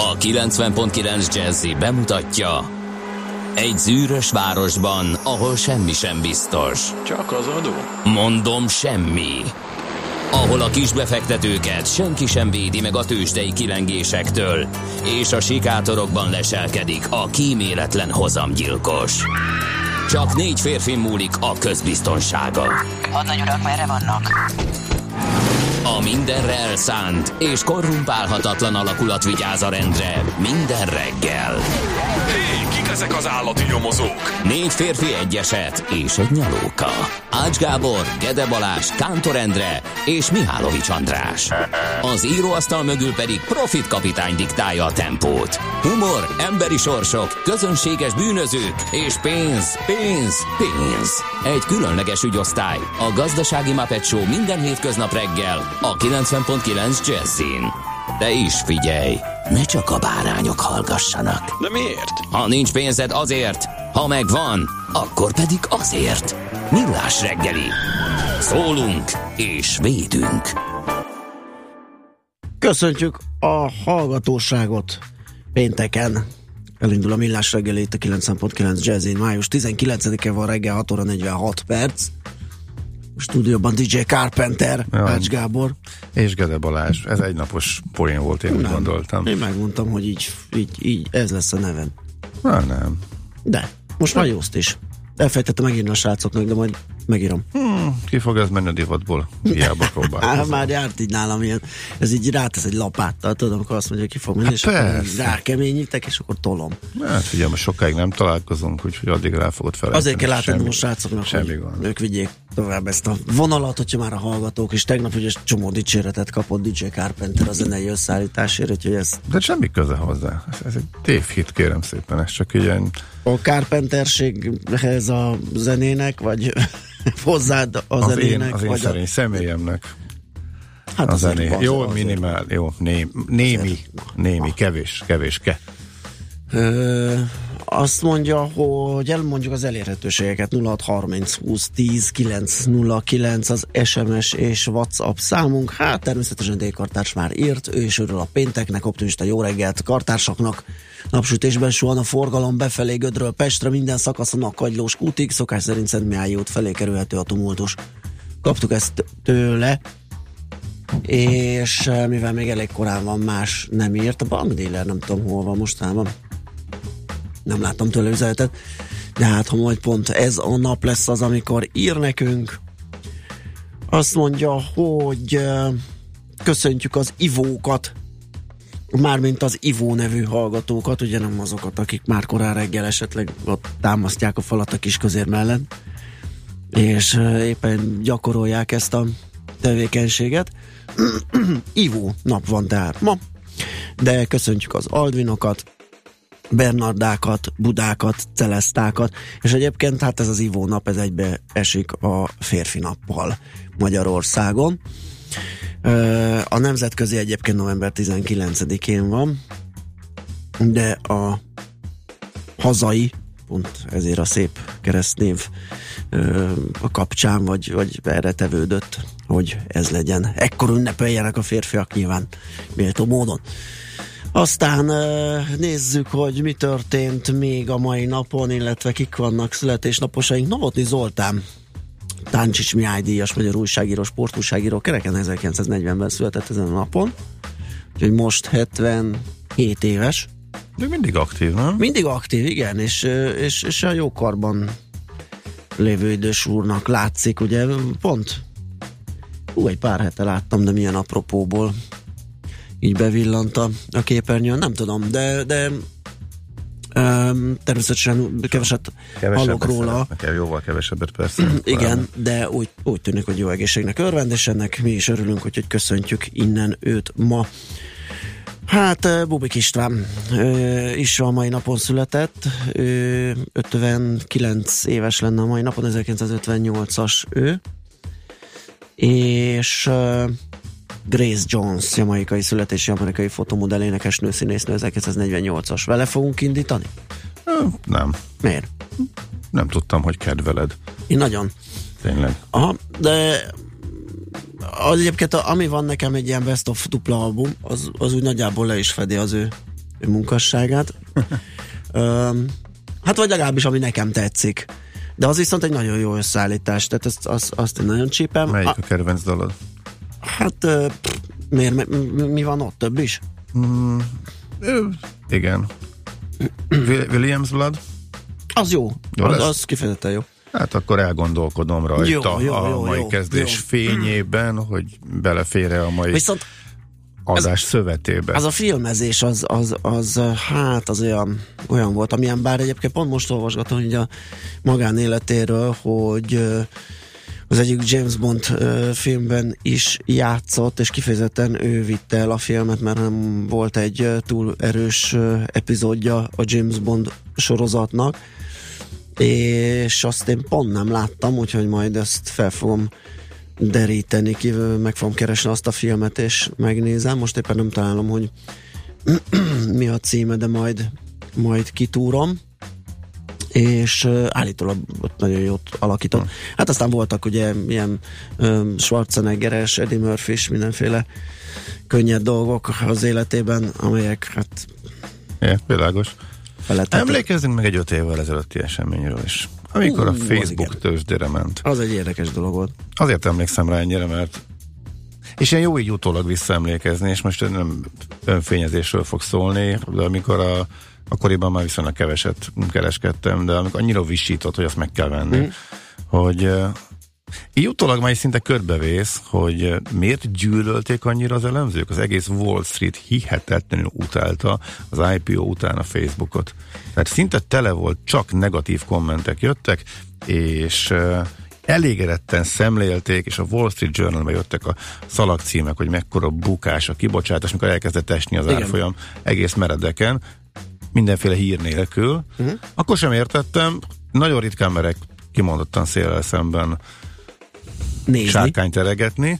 A 90.9 Jazzy bemutatja: egy zűrös városban, ahol semmi sem biztos. Csak az adó? Mondom, semmi. Ahol a kisbefektetőket senki sem védi meg a tőzsdei kilengésektől, és a sikátorokban leselkedik a kíméletlen hozamgyilkos. Csak 4 férfi múlik a közbiztonsága. Hadnagy urak, merre vannak? A mindenre elszánt és korrumpálhatatlan alakulat vigyáz a rendre minden reggel. Hé, kik ezek az állati nyomozók? 4 férfi, egy eset és egy nyalóka. Ács Gábor, Gede Balázs, Kántor Endre és Mihálovics András. Az íróasztal mögül pedig Profit kapitány diktálja a tempót. Humor, emberi sorsok, közönséges bűnözők és pénz, pénz, pénz. Egy különleges ügyosztály, a Gazdasági Muppet Show minden hétköznap reggel a 90.9 Jazzin. De is figyelj, ne csak a bárányok hallgassanak. De miért? Ha nincs pénzed, azért, ha megvan, akkor pedig azért. Millás reggeli. Szólunk és védünk. Köszöntjük a hallgatóságot pénteken. Elindul a Millás reggeli itt a 90.9 Jazzin. Május 19-e van, reggel 6 óra 46 perc. A stúdióban DJ Carpenter, Ács Gábor. És Gede Balázs. Ez egy napos poén volt, én úgy gondoltam. Én megmondtam, hogy így ez lesz a nevem. Nem. De, most már jószt is. Elfejtettem megírni a srácoknak, de majd megírom. Ki fog ez menni a divatból? Hiába próbálkozom. Már járt így nálam ilyen, ez így rátesz egy lapáttal, tudom, akkor azt mondja, ki fog menni, és akkor rákeményítek, és akkor tolom. Hát figyelj, most sokáig nem találkozunk, úgyhogy addig rá fogod felejteni. Azért kell átadnom a srácoknak, hogy ők vigyék tovább ezt a vonalat, hogyha már a hallgatók, és tegnap ugye csomó dicséretet kapott DJ Carpenter a zenei összeállításért, úgyhogy ez... De semmi köze hozzá. Ez egy tévhit, kérem szépen, ez csak ilyen... A Carpenterséghez a zenének, vagy hozzád a zenének? Az én szerény személyemnek. Hát a zené. Jó, minimál, jó, némi, kevéske. Azt mondja, hogy elmondjuk az elérhetőségeket. 0630 20 10 909 az SMS és WhatsApp számunk. Hát természetesen D-kartárs már írt, ő is örül a pénteknek, optimista jó reggelt kartársaknak. Napsütésben suhan a forgalom befelé Gödről Pestre, minden szakaszon a Kagylós útig, szokás szerint Szentmiályi út felé kerülhető a tumultus. Kaptuk ezt tőle, és mivel még elég korán van, más nem írt. A bankdíler nem tudom hol van mostában. Nem láttam tőle üzenetet, de hát ha majd pont ez a nap lesz az, amikor ír nekünk. Azt mondja, hogy köszöntjük az ivókat, mármint az Ivó nevű hallgatókat, ugye nem azokat, akik már korán reggel esetleg ott támasztják a falat a Kisközér mellett, és éppen gyakorolják ezt a tevékenységet. Ivó nap van tehát ma, de köszöntjük az Aldvinokat, Bernardákat, Budákat, Celesztákat, és egyébként hát ez az Ivó nap, ez egybe esik a férfi nappal Magyarországon. A nemzetközi egyébként november 19-én van, de a hazai, pont ezért a szép keresztnév a kapcsán, vagy erre tevődött, hogy ez legyen. Ekkor ünnepeljenek a férfiak nyilván méltó módon. Aztán nézzük, hogy mi történt még a mai napon, illetve kik vannak születésnaposaink. Novotny Zoltán, Táncsics Mihály díjas, magyar újságíró, sportújságíró, kereken 1940-ben született ezen a napon, úgyhogy most 77 éves. De mindig aktív, nem? Mindig aktív, igen, és a jókorban lévő idős úrnak látszik, ugye pont egy pár hete láttam, de milyen apropóból így bevillant a képernyőn, nem tudom, de természetesen keveset hallok róla. Nekem jóval kevesebbet persze. Igen, de úgy tűnik, hogy jó egészségnek örvend, és ennek mi is örülünk, hogy köszöntjük innen őt ma. Hát Bubik István is a mai napon született, 59 éves lenne a mai napon, 1958-as ő, és Grace Jones, jamaikai születési amerikai fotomodell, énekesnő, színésznő, 1948-as. Vele fogunk indítani? Nem. Miért? Nem tudtam, hogy kedveled. Én nagyon. Tényleg. Aha, de az egyébként, ami van nekem egy ilyen best of dupla album, az úgy nagyjából le is fedi az ő munkasságát. Hát vagy legalábbis, ami nekem tetszik. De az viszont egy nagyon jó összeállítás, tehát azt én nagyon csípem. Melyik a kedvenc dalod? Hát miért, mi van ott? Több is? Igen. Williams Blood? Az jó. Az kifejezetten jó. Hát akkor elgondolkodom rajta a mai kezdés fényében, hogy belefér-e a mai adás szövetébe. Az a filmezés az olyan volt, amilyen bár egyébként pont most olvasgatom hogy a magánéletéről, hogy az egyik James Bond filmben is játszott, és kifejezetten ő vitte el a filmet, mert nem volt egy túl erős epizódja a James Bond sorozatnak, és azt én pont nem láttam, úgyhogy majd ezt fel fogom deríteni, meg fogom keresni azt a filmet, és megnézem. Most éppen nem találom, hogy mi a címe, de majd kitúrom. És állítólag ott nagyon jót alakított. Hát aztán voltak ugye ilyen Schwarzeneggeres, Eddie Murphy-s, mindenféle könnyed dolgok az életében, amelyek hát... Világos. Emlékezzünk meg egy 5 évvel ezelőtti eseményről is. Amikor a Facebook tőzsdére ment. Az egy érdekes dolog volt. Azért emlékszem rá ennyire, mert és ilyen jó így utólag visszaemlékezni, és most nem önfényezésről fog szólni, de amikor akkoriban már viszonylag keveset kereskedtem, de amikor annyira visított, hogy azt meg kell venni, hogy így utólag már szinte körbevész, hogy miért gyűlölték annyira az elemzők? Az egész Wall Street hihetetlenül utálta az IPO után a Facebookot. Tehát szinte tele volt, csak negatív kommentek jöttek, és elégedetten szemlélték, és a Wall Street Journal-ben jöttek a szalagcímek, hogy mekkora bukás a kibocsátás, amikor elkezdett esni az árfolyam egész meredeken, mindenféle hír nélkül. Akkor sem értettem, nagyon ritkán merek kimondottan széllel szemben sárkányt teregetni,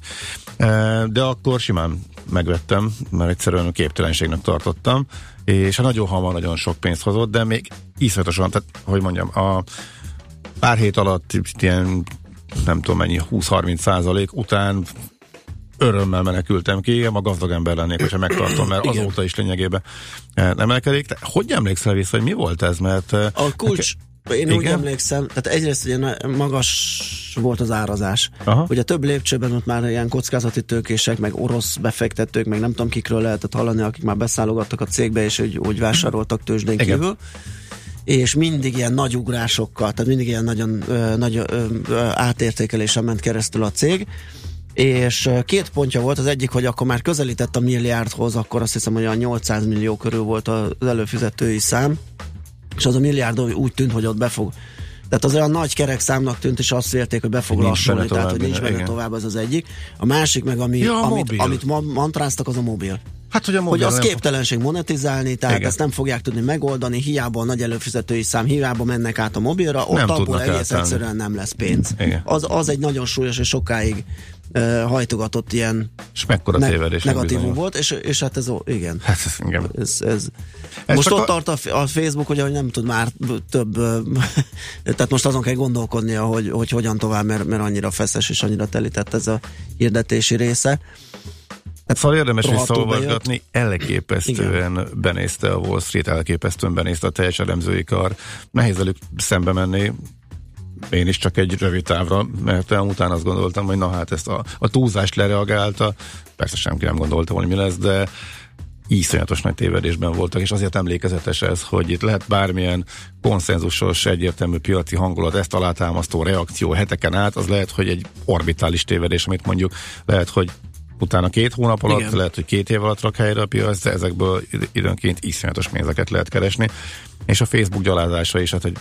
de akkor simán megvettem, mert egyszerűen képtelenségnek tartottam, és nagyon hamar nagyon sok pénzt hozott, de még iszonyatosan, tehát hogy mondjam, a pár hét alatt ilyen nem tudom mennyi, 20-30% után örömmel menekültem ki, a gazdag ember lennék, hogyha megtartom, mert azóta is lényegében emelkedik. Hogy emlékszel vissza, hogy mi volt ez? Mert a kulcs, én úgy emlékszem, tehát egyrészt ugye magas volt az árazás. Aha. Ugye több lépcsőben ott már ilyen kockázati tőkések, meg orosz befektetők, meg nem tudom kikről lehetett hallani, akik már beszállgattak a cégbe, és úgy vásároltak tőzsdén kívül. És mindig ilyen nagy ugrásokkal, tehát mindig ilyen nagyon nagy átértékelésen ment keresztül a cég, és 2 pontja volt, az egyik, hogy akkor már közelített a milliárdhoz, akkor azt hiszem, hogy a 800 millió körül volt az előfizetői szám, és az a milliárd úgy tűnt, hogy ott befog. Tehát az olyan nagy kerek számnak tűnt, és azt vélték, hogy be fog lassulni, tehát hogy nincs benne tovább, az egyik. A másik meg, amit mantráztak, az a mobil. Hát, hogy az képtelenség monetizálni, tehát ezt nem fogják tudni megoldani, hiába a nagy előfizetői szám, hiába mennek át a mobilra, ott abból egész egyszerűen nem lesz pénz. Az egy nagyon súlyos és sokáig hajtogatott ilyen és mekkora tévedés negatívum volt, és hát ez igen. Hát ez most ott tart a Facebook, hogy nem tud már több tehát most azon kell gondolkodnia, hogy hogyan tovább, mert annyira feszes és annyira telített ez a hirdetési része. Szóval érdemes visszaolvasgatni, elképesztően benézte a Wall Street, elképesztően benézte a teljes elemzői kar. Nehéz velük szembe menni, én is csak egy rövid távra, mert utána azt gondoltam, hogy na hát ezt a túlzást lereagálta, persze senki nem gondolta volna, mi lesz, de iszonyatos nagy tévedésben voltak, és azért emlékezetes ez, hogy itt lehet bármilyen konszenzusos, egyértelmű piaci hangulat, ezt alátámasztó reakció heteken át, az lehet, hogy egy orbitális tévedés, amit mondjuk lehet, hogy utána 2 hónap alatt, igen, lehet, hogy 2 év alatt rak helyre a piac, de ezekből időnként iszonyatos pénzeket lehet keresni, és a Facebook gyalázása is, hát egy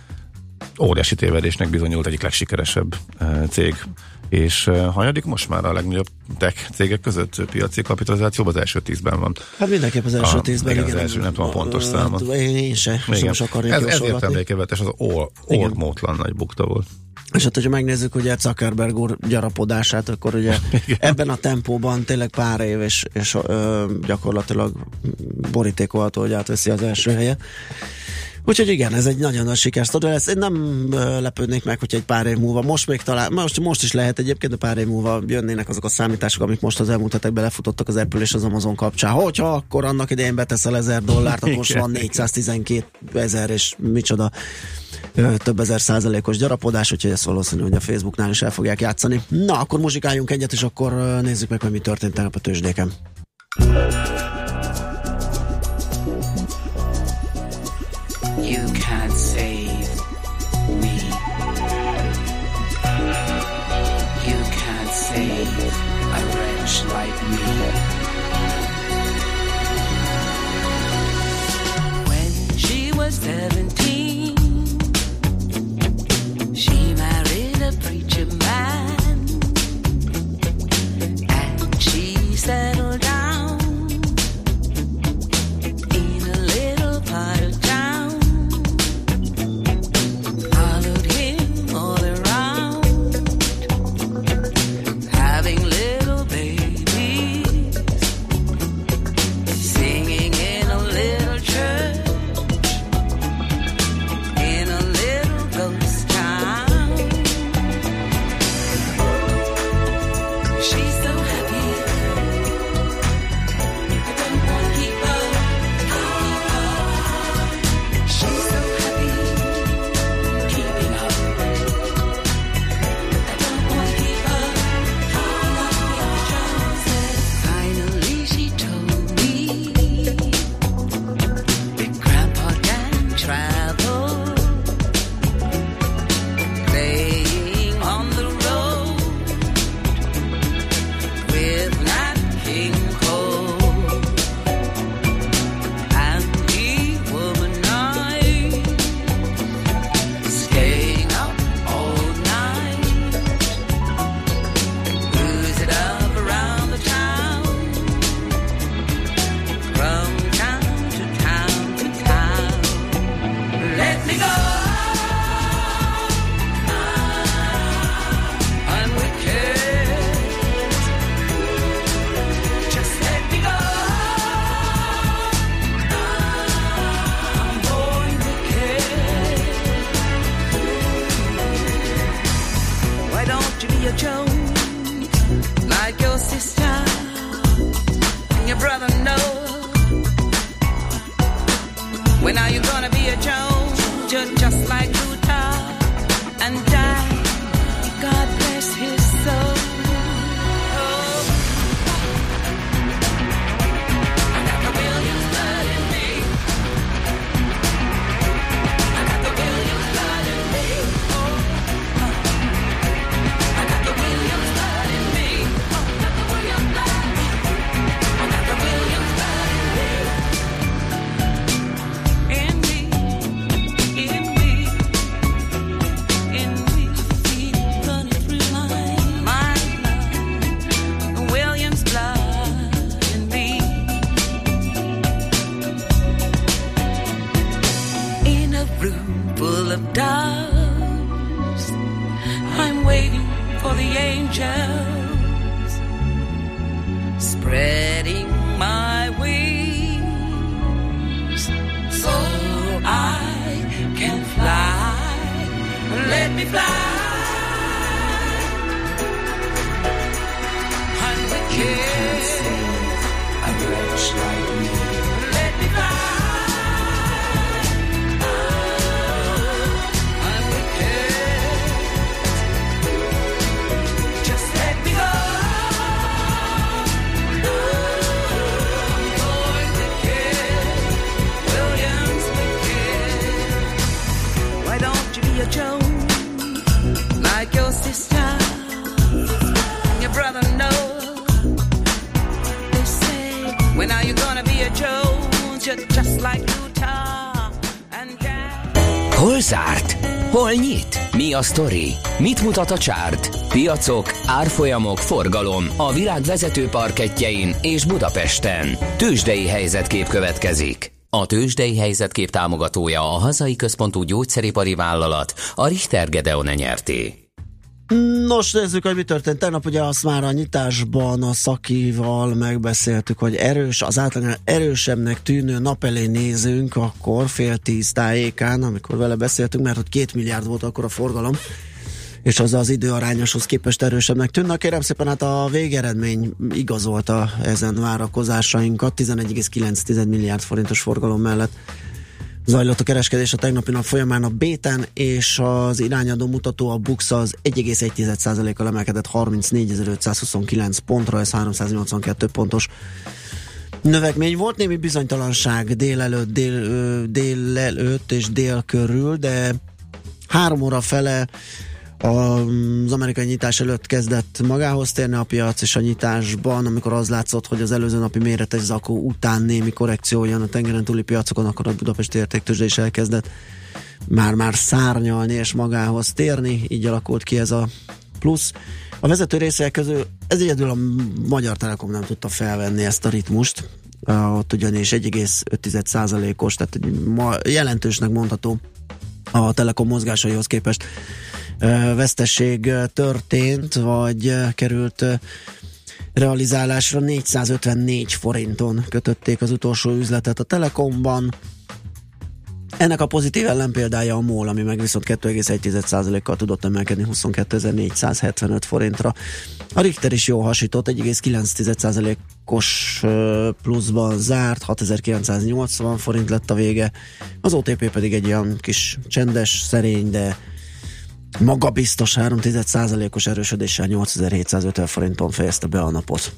óriási tévedésnek bizonyult, egyik legsikeresebb cég. És hanyadik most már a legnagyobb tech cégek között piaci kapitalizációban? Az első 10-ben van. Hát mindenképp az első 10-ben. Igen, az első, nem tudom a pontos számot. Én sem akarják jósolgatni. Ezért emlékevetes, az ormótlan nagy bukta volt. És hát, hogyha megnézzük ugye Zuckerberg úr gyarapodását, akkor ugye ebben a tempóban tényleg pár év, és gyakorlatilag borítékolható, hogy átveszi az első helyet. Úgyhogy igen, ez egy nagyon nagy sikersztori lesz. Én nem lepődnék meg, hogy egy pár év múlva, most még talán, most is lehet egyébként, de pár év múlva jönnének azok a számítások, amik most az elmúlt hetekben lefutottak az Apple és az Amazon kapcsán. Hogyha akkor annak idején beteszel $1000, akkor most van 412 000 és micsoda több ezer százalékos gyarapodás, úgyhogy ez valószínű, hogy a Facebooknál is el fogják játszani. Na, akkor muzsikáljunk egyet, és akkor nézzük meg, hogy mi történt tegnap a tőzsdéken. You can't save me. You can't save a wretch like me. When she was 17, she married a preacher man, and she settled down in a little part of town. Followed him all around, having little babies, singing in a little church, in a little ghost town. She's so happy, I don't want to keep her. She's so happy, keeping up. I don't want to keep her. Finally she told me that Grandpa can travel, playing on the road with Nat King Cole, and he womanized, staying up all night, lose it up around the town, from town to town to town. Let me go, I'm wicked, just let me go, I'm going wicked. Why don't you be a Jones like your sister and your brother Noah? When are you gonna be a Jones? You're just like Luther and Dad. God bless his soul. Oh. I got the Williams blood in me. I got the Williams blood in me. Oh. I got the Williams blood in me. Oh, got the Williams blood. I got the Williams blood in me. In me. In me. Feel running through my blood. The Williams blood in me. In a room full of doves, I'm waiting for the angels, spreading my wings so I can fly. Let me fly. I'm wicked. A wretch like me. Let me fly. I'm wicked. Just let me go. I'm going wicked. Williams wicked. Why don't you be a Jones like your sister and your brother Noah? They say, when are you gonna be a Jones? You're just like Luther and Dad. Hol zárt? Hol nyit? Mi a sztori? Mit mutat a csárt? Piacok, árfolyamok, forgalom a világ vezető parkettjein és Budapesten. Tőzsdei helyzetkép következik. A Tőzsdei helyzetkép támogatója a hazai központú gyógyszeripari vállalat, a Richter Gedeon Nyrt. Nos, nézzük, hogy mi történt. Tegnap ugye azt már a nyitásban a Szakival megbeszéltük, hogy az átlagnál erősebbnek tűnő nap elé nézünk, akkor 9:30 tájékán, amikor vele beszéltünk, mert hogy 2 milliárd volt akkor a forgalom, és az az időarányoshoz képest erősebbnek tűnne. Kérem szépen, hát a végeredmény igazolta ezen várakozásainkat. 11,9 milliárd forintos forgalom mellett zajlott a kereskedés a tegnapi nap folyamán a Béten, és az irányadó mutató, a Bux az 1,1%-kal emelkedett 34.529 pontra, ez 382 pontos növekmény volt. Némi bizonytalanság délelőtt és dél körül, de 3 óra fele az amerikai nyitás előtt kezdett magához térni a piac, és a nyitásban, amikor az látszott, hogy az előző napi méretes zakó után némi korrekció jön a tengeren túli piacokon, akkor a budapesti értéktőzsde is elkezdett már szárnyalni és magához térni, így alakult ki ez a plusz. A vezető részek közül ez egyedül a Magyar Telekom nem tudta felvenni ezt a ritmust, ott ugyanis 1,5%-os, tehát jelentősnek mondható a Telekom mozgásaihoz képest vesztesség történt, vagy került realizálásra. 454 forinton kötötték az utolsó üzletet a Telekomban. Ennek a pozitív ellenpéldája a MOL, ami meg viszont 2,1%-kal tudott emelkedni 22.475 forintra. A Richter is jó hasított, 1,9%-os pluszban zárt, 6.980 forint lett a vége. Az OTP pedig egy olyan kis csendes, szerény, de magabiztos 3,1%-os erősödéssel 8.750 forinton fejezte be a napot.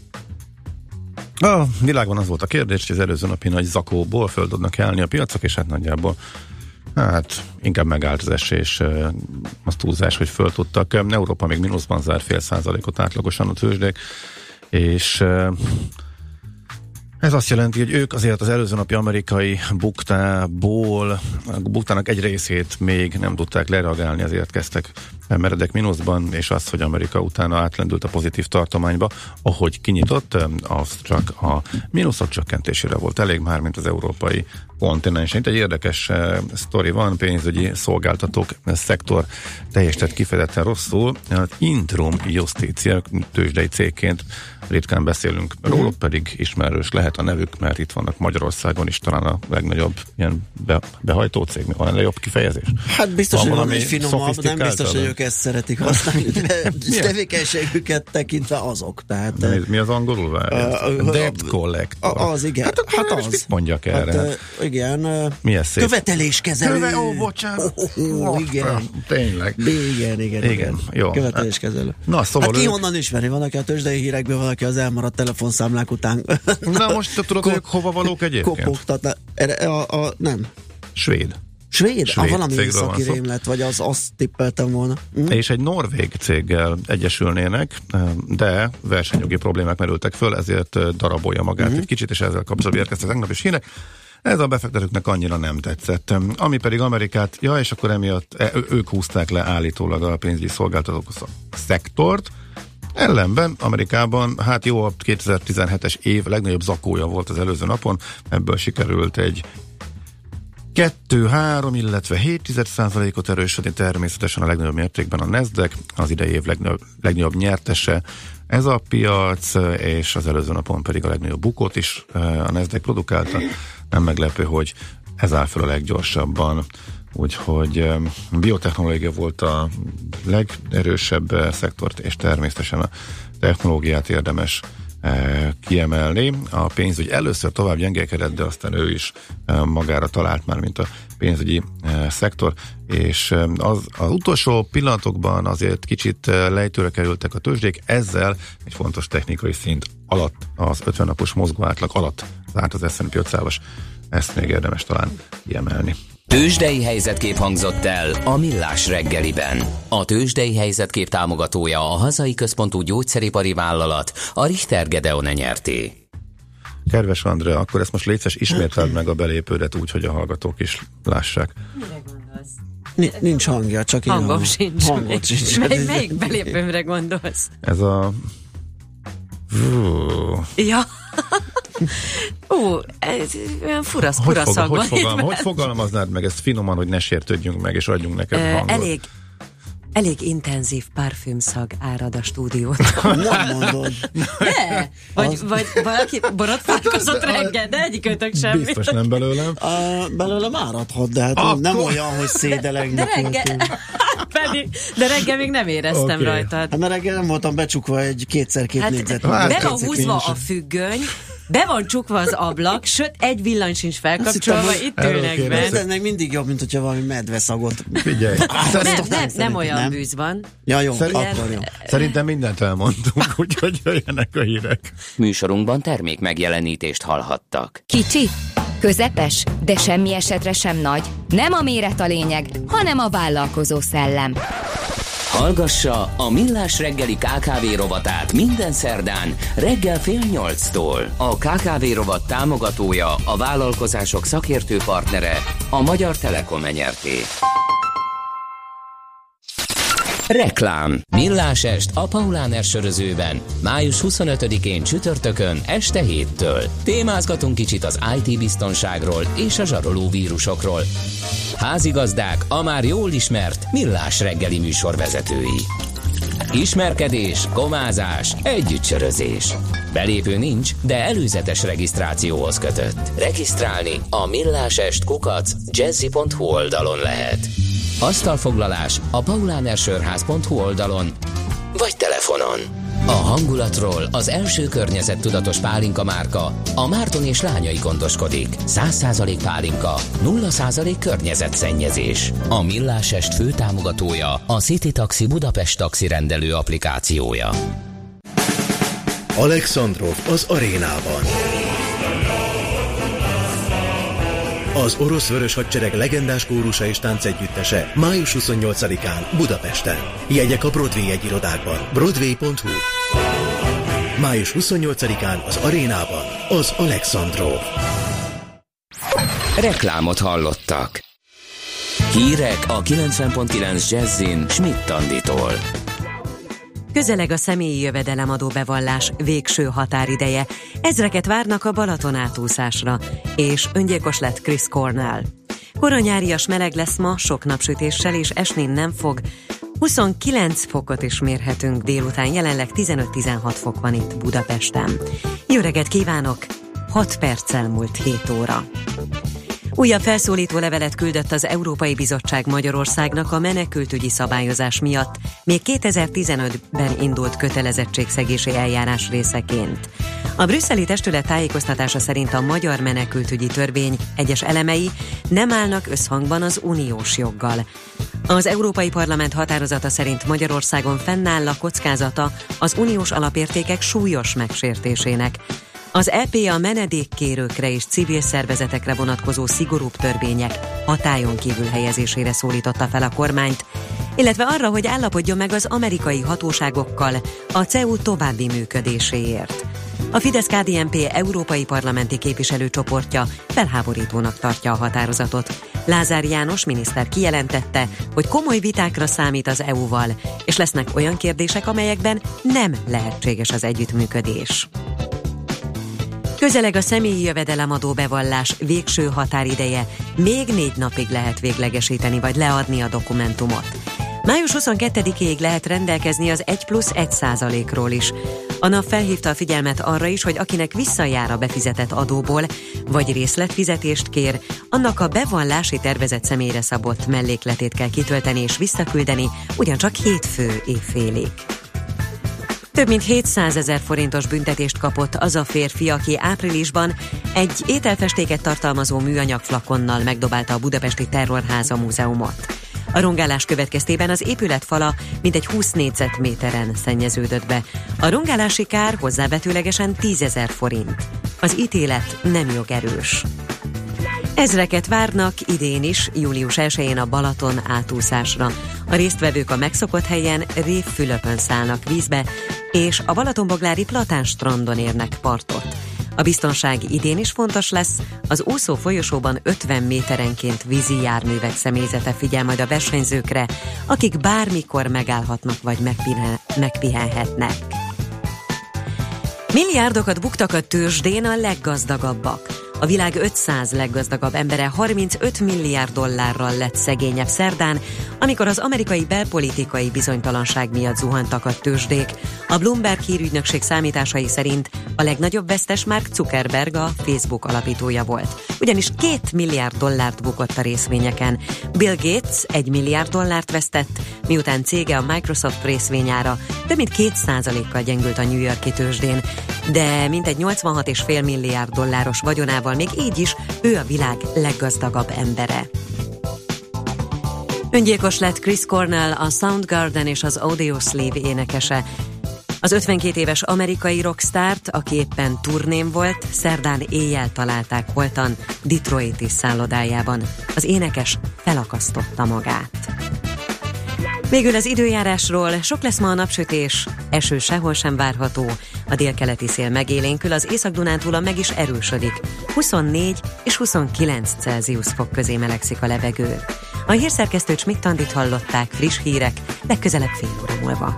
A világban az volt a kérdés, hogy az előző napi nagy zakóból föl tudnak állni a piacok, és hát nagyjából inkább megállt az esés, az túlzás, hogy föl tudtak. Európa még mínuszban zár 0,5%-ot átlagosan a tőzsdék, és ez azt jelenti, hogy ők azért az előző napi amerikai buktának egy részét még nem tudták lereagálni, azért kezdtek meredek mínuszban, és az, hogy Amerika utána átlendült a pozitív tartományba, ahogy kinyitott, az csak a mínuszok csökkentésére volt elég, már mint az európai kontinensen. Itt egy érdekes sztori van, pénzügyi szolgáltatók szektor teljesített kifejezetten rosszul. Intrum Justitia tőzsdei cégként ritkán beszélünk róluk, pedig ismerős lehet a nevük, mert itt vannak Magyarországon is talán a legnagyobb ilyen behajtó cég. Van ennél jobb kifejezés? Hát biztos, hogy van egy finomabb, nem biztos, hogy ők ezt szeretik használni, de tevékenységüket tekintve azok. Tehát, mi az angolul várja? Debt collector. Az, igen. Hát az. Mit mondjak erre? Hát, igen. Mi ez szép? Követeléskezelő. Bocsánat. Igen. Tényleg. Igen. Jó. Követeléskezelő. Na, szóval hát ki honnan ismeri? Van, aki a tőzsdei hírekből, valaki az elmaradt telefonszámlák után. Na most tudod, hogy hova valók egyébként? Kopogtatna. Nem. Svéd? Valami északi rémlet, vagy azt tippeltem volna. És egy norvég céggel egyesülnének, de versenyjogi problémák merültek föl, ezért darabolja magát egy kicsit, és ezzel kapcsolatban érkeztek tegnap is hírek. Ez a befektetőknek annyira nem tetszett. Ami pedig Amerikát, és akkor emiatt ők húzták le állítólag a pénzügyi szolgáltatók szektort. Ellenben Amerikában, hát jó, a 2017-es év legnagyobb zakója volt az előző napon, ebből sikerült egy 2-3, illetve 0,7%-ot erősödni, természetesen a legnagyobb mértékben a Nasdaq, az idei év legnagyobb nyertese ez a piac, és az előző napon pedig a legnagyobb bukót is a Nasdaq produkálta. Nem meglepő, hogy ez áll fel a leggyorsabban. Úgyhogy biotechnológia volt a legerősebb szektort, és természetesen a technológiát érdemes kiemelni. A pénzügy először tovább gyengélkedett, de aztán ő is magára talált már, mint a pénzügyi szektor, és az utolsó pillanatokban azért kicsit lejtőre kerültek a tőzsdék, ezzel egy fontos technikai szint alatt, az 50 napos mozgóátlag alatt zárt az S&P 500-as, ezt még érdemes talán kiemelni. Tőzsdei helyzetkép hangzott el a Millás reggeliben. A tőzsdei helyzetkép támogatója a hazai központú gyógyszeripari vállalat, a Richter Gedeon nyerté. Kedves Andrea, akkor ezt most létszes ismételd meg a belépődet úgy, hogy a hallgatók is lássák. Mire gondolsz? Nincs hangja, csak hangom sincs. Hangod sincs. Melyik belépőmre gondolsz? Ez a... Ja. Ez olyan fura szag van. Hogy fogalmaznád meg ezt finoman, hogy ne sértődjünk meg, és adjunk neked hangot? Elég elég intenzív parfümszag árad a stúdiót. Nem mondod. De? Vagy valaki borotfálkozott reggel, de egyikőtök semmi. Biztos nem belőlem. Belőlem áradhat, de hát nem olyan, hogy szédelegnek. De reggel még nem éreztem rajtad. Hát mert reggel nem voltam becsukva egy 2x2 négyzet. Be van húzva a függöny, be van csukva az ablak, sőt, egy villany sincs felkapcsolva, itt ülnek be. Ez meg mindig jobb, mint hogyha valami medveszagot. Figyelj. Nem olyan bűz van. Ja, jó, akkor jó. Szerintem mindent elmondtunk, úgyhogy jöjjenek a hírek. Műsorunkban termék megjelenítést hallhattak. Kicsi, közepes, de semmi esetre sem nagy. Nem a méret a lényeg, hanem a vállalkozó szellem. Hallgassa a Millás reggeli KKV rovatát minden szerdán reggel 7:30-tól. A KKV rovat támogatója, a vállalkozások szakértő partnere, a Magyar Telekom Nyrt. Reklám. Millás est a Paulaner sörözőben május 25-én csütörtökön este 7-től. Témázgatunk kicsit az IT biztonságról és a zsaroló vírusokról. Házigazdák a már jól ismert Millás reggeli műsorvezetői. Ismerkedés, komázás, együttsörözés. Belépő nincs, de előzetes regisztrációhoz kötött. Regisztrálni a millásest@jazzy.hu oldalon lehet. Asztalfoglalás a paulanersörház.hu oldalon vagy telefonon. A hangulatról az első környezettudatos pálinka márka, a Márton és lányai gondoskodik. 100% pálinka, 0% környezetszennyezés. A Millásest főtámogatója a City Taxi Budapest taxi rendelő applikációja. Alexandrov az arénában. Az orosz vörös hadsereg legendás kórusa és táncegyüttese május 28-án Budapesten. Jegyek a Broadway jegyirodákban. Broadway.hu. Május 28-án az arénában az Alexandrov. Reklámot hallottak. Hírek a 90.9 Jazzin Schmidt Anditól. Közeleg a személyi jövedelemadó bevallás végső határideje. Ezreket várnak a Balaton átúszásra, és öngyilkos lett Chris Cornell. Koronyárias meleg lesz ma, sok napsütéssel, és esni nem fog. 29 fokot is mérhetünk délután, jelenleg 15-16 fok van itt Budapesten. Jó reggelt kívánok! 6 perccel múlt 7 óra. Újabb felszólító levelet küldött az Európai Bizottság Magyarországnak a menekültügyi szabályozás miatt, még 2015-ben indult kötelezettségszegési eljárás részeként. A brüsszeli testület tájékoztatása szerint a magyar menekültügyi törvény egyes elemei nem állnak összhangban az uniós joggal. Az Európai Parlament határozata szerint Magyarországon fennáll a kockázata az uniós alapértékek súlyos megsértésének. Az EP a menedékkérőkre és civil szervezetekre vonatkozó szigorúbb törvények hatályon kívül helyezésére szólította fel a kormányt, illetve arra, hogy állapodjon meg az amerikai hatóságokkal a CEU további működéséért. A Fidesz-KDNP európai parlamenti képviselőcsoportja felháborítónak tartja a határozatot. Lázár János miniszter kijelentette, hogy komoly vitákra számít az EU-val, és lesznek olyan kérdések, amelyekben nem lehetséges az együttműködés. Közeleg a személyi jövedelemadó bevallás végső határideje, még 4 napig lehet véglegesíteni vagy leadni a dokumentumot. Május 22-ig lehet rendelkezni az 1+1%-ról is. A nap felhívta a figyelmet arra is, hogy akinek visszajár a befizetett adóból, vagy részletfizetést kér, annak a bevallási tervezett személyre szabott mellékletét kell kitölteni és visszaküldeni, ugyancsak hétfő évfélig. Több mint 700 000 forintos büntetést kapott az a férfi, aki áprilisban egy ételfestéket tartalmazó műanyag flakonnal megdobálta a budapesti Terrorháza múzeumot. A rongálás következtében az épület fala mintegy 20 négyzetméteren szennyeződött be. A rongálási kár hozzávetőlegesen 10 000 forint. Az ítélet nem jogerős. Ezreket várnak idén is, július 1-én a Balaton átúszásra. A résztvevők a megszokott helyen Révfülöpön szállnak vízbe, és a Balatonboglári Platán strandon érnek partot. A biztonság idén is fontos lesz, az úszó folyosóban 50 méterenként vízi járművek személyzete figyel majd a versenyzőkre, akik bármikor megállhatnak vagy megpihenhetnek. Milliárdokat buktak a tőzsdén a leggazdagabbak. A világ 500 leggazdagabb embere $35 milliárd lett szegényebb szerdán, amikor az amerikai belpolitikai bizonytalanság miatt zuhantak a tőzsdék. A Bloomberg hírügynökség számításai szerint a legnagyobb vesztes Mark Zuckerberg, a Facebook alapítója volt. Ugyanis $2 milliárd bukott a részvényeken. Bill Gates $1 milliárd vesztett, miután cége a Microsoft részvényára több mint 2%-kal gyengült a New York-i tőzsdén, de mintegy $86,5 milliárd vagyonával még így is ő a világ leggazdagabb embere. Öngyilkos lett Chris Cornell, a Soundgarden és az Audioslave énekese. Az 52 éves amerikai rockstárt, aki éppen turnén volt, szerdán éjjel találták holtan Detroiti szállodájában. Az énekes felakasztotta magát. Végül az időjárásról: sok lesz ma a napsütés, eső sehol sem várható, a délkeleti szél megélénkül, az Észak-Dunántúlon meg is erősödik. 24 és 29 Celsius fok közé melegszik a levegő. A hírszerkesztő Schmidt-Andit hallották, friss hírek, legközelebb fél óra múlva.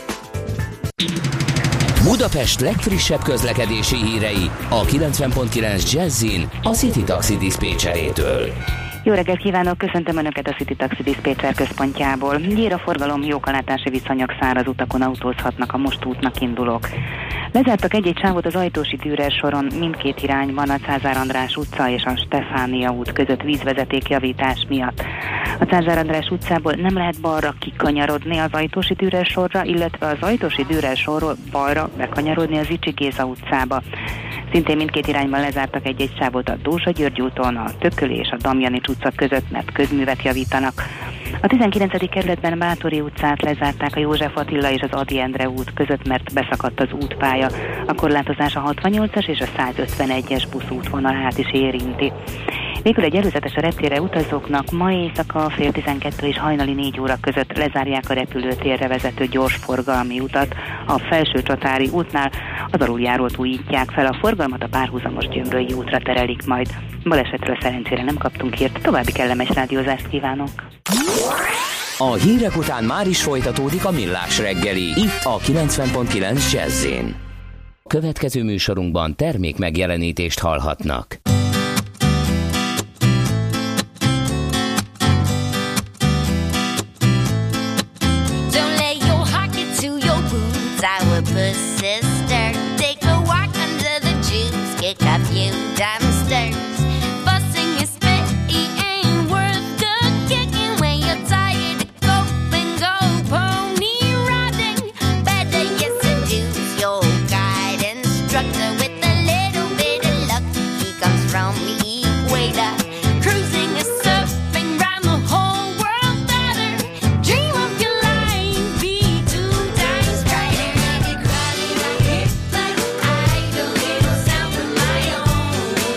Budapest legfrissebb közlekedési hírei a 90.9 Jazzin a City Taxi diszpécserétől. Jó reggelt kívánok, köszöntöm Önöket a City Taxi diszpécser központjából. Gyér a forgalom, jókalátási viszonyok, száraz utakon autózhatnak a most útnak indulók. Lezártak egy-egy sávot az Ajtósi Dürer soron mindkét irányban a Cázár András utca és a Stefánia út között vízvezetékjavítás miatt. A Cázár András utcából nem lehet balra kikanyarodni az Ajtósi Dürer sorra, illetve az Ajtósi Dürer sorról balra bekanyarodni az Icsi Géza utcába. Szintén mindkét irányban lezártak egy-egy sávot a Dózsa György úton, a Tököli és a Damjanics utca között, mert közművet javítanak. A 19. kerületben Báthori utcát lezárták a József Attila és az Ady Endre út között, mert beszakadt az útpálya. A korlátozás a 68-as és a 151-es buszútvonalát is érinti. Végül egy előzetes a reptérre utazóknak ma éjszaka fél 12 és hajnali 4 óra között lezárják a repülőtérre vezető gyorsforgalmi utat. A Felső-Csatári útnál az aluljárót újítják fel, a forgalmat a párhuzamos Gyömrői útra terelik majd. Balesetről szerencsére nem kaptunk hírt, további kellemes rádiózást kívánok! A hírek után már is folytatódik a Millás reggeli, itt a 90.9 Jazz-én. Következő műsorunkban termék megjelenítést hallhatnak. Our bus sister, take a walk under the juice, kick a few dumpsters. Fussing is petty, ain't worth the kicking when you're tired to go and go pony riding. Better you seduce your guide instructor with a little bit of luck. He comes from the equator, cruising and surfing round the whole world better. Dream of your life, be 2 times brighter.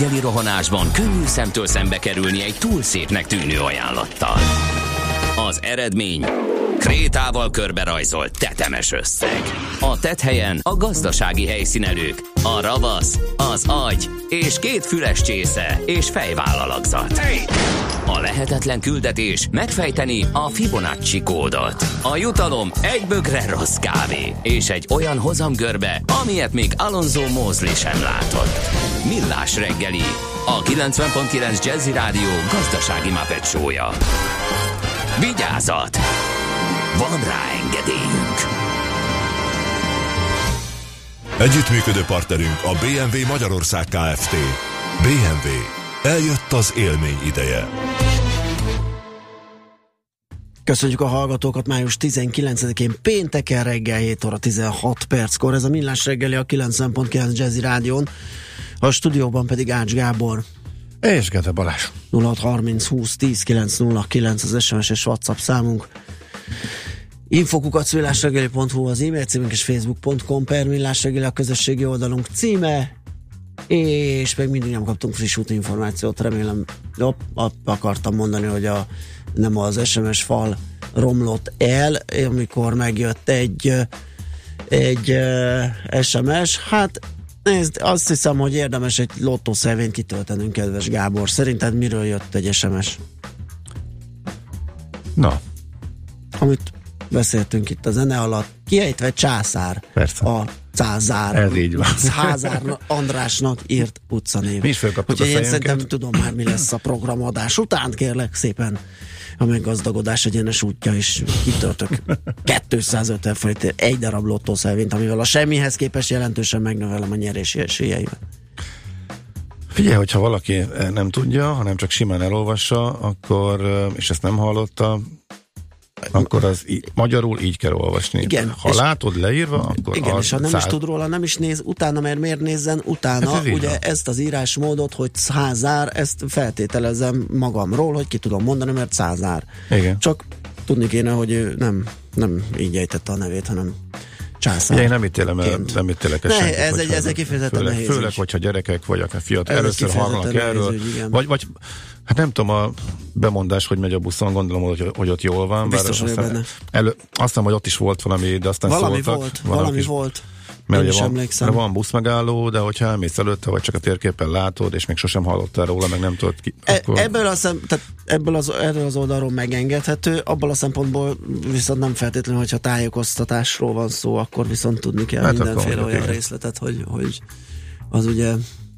reggeli rohanásban könnyű szemtől szembe kerülni egy túl szépnek tűnő ajánlattal. Az eredmény... krétával körberajzolt tetemes összeg. A tetthelyen a gazdasági helyszínelők, a ravasz, az agy és 2 füles csésze és fejvállalakzat. A lehetetlen küldetés megfejteni a Fibonacci kódot. A jutalom egy bögre rossz kávé és egy olyan hozamgörbe, amilyet még Alonso Mosley sem látott. Millás reggeli, a 90.9 Jazzy Rádió gazdasági Muppet show-ja. Vigyázat! Van rá engedélyünk. Együttműködő partnerünk a BMW Magyarország Kft. BMW. Eljött az élmény ideje. Köszönjük a hallgatókat május 19-én pénteken reggel 7 óra 16 perckor. Ez a Millás reggeli a 90.9 Jazzy Rádión. A stúdióban pedig Ács Gábor. És Gede Balázs. 0630 20 10 909 az SMS és WhatsApp számunk. info@millásreggeli.hu az e-mail címünk és facebook.com/millásreggeli a közösségi oldalunk címe, és meg mindig nem kaptunk friss útinformációt, remélem, akartam mondani, hogy nem az SMS fal romlott el, amikor megjött egy SMS, hát nézd, azt hiszem, hogy érdemes egy lottószervényt kitöltenünk, kedves Gábor. Szerinted miről jött egy SMS? Na, amit beszéltünk itt a zene alatt, kiejtve császár. Persze. A Cázár. Ez így van. Házár Andrásnak írt utcanév. Mi is fölkaptuk a fejünket. Úgyhogy én szerintem tudom már, mi lesz a programadás után, kérlek szépen. A meggazdagodás egyenes útja is kitöltök 250 forintért egy darab lottószervényt, amivel a semmihez képest jelentősen megnövelem a nyerési esélyeimet. Figyelj, hogyha valaki nem tudja, hanem csak simán elolvassa, akkor, és ezt nem hallotta, akkor az magyarul így kell olvasni. Igen, ha látod leírva, akkor igen, az és ha nem is tud róla, nem is néz utána, mert miért nézzen utána, ez ugye ezt az írásmódot, hogy Cázár, ezt feltételezem magamról, hogy ki tudom mondani, mert Cázár. Igen. Csak tudni kéne, hogy ő nem így ejtette a nevét, hanem Császár. Ja, én nem ítélem el, nem ítélek el senkit. Ez egy kifejezetten nehéz ügy. Főleg, hogyha gyerekek vagy akár fiatal, először hallanak erről. Vagy hát nem tudom, a bemondás, hogy megy a buszon, gondolom, hogy ott jól van. Biztos vagyok benne. Azt hiszem, hogy ott is volt valami, de aztán valami volt. Mert ugye van buszmegálló, de hogyha elmész előtte, vagy csak a térképen látod, és még sosem hallottál róla, meg nem tudod ki. Akkor... Erről az oldalról megengedhető, abból a szempontból viszont nem feltétlenül, hogyha tájékoztatásról van szó, akkor viszont tudni kell hát mindenféle olyan részletet, hogy az ugye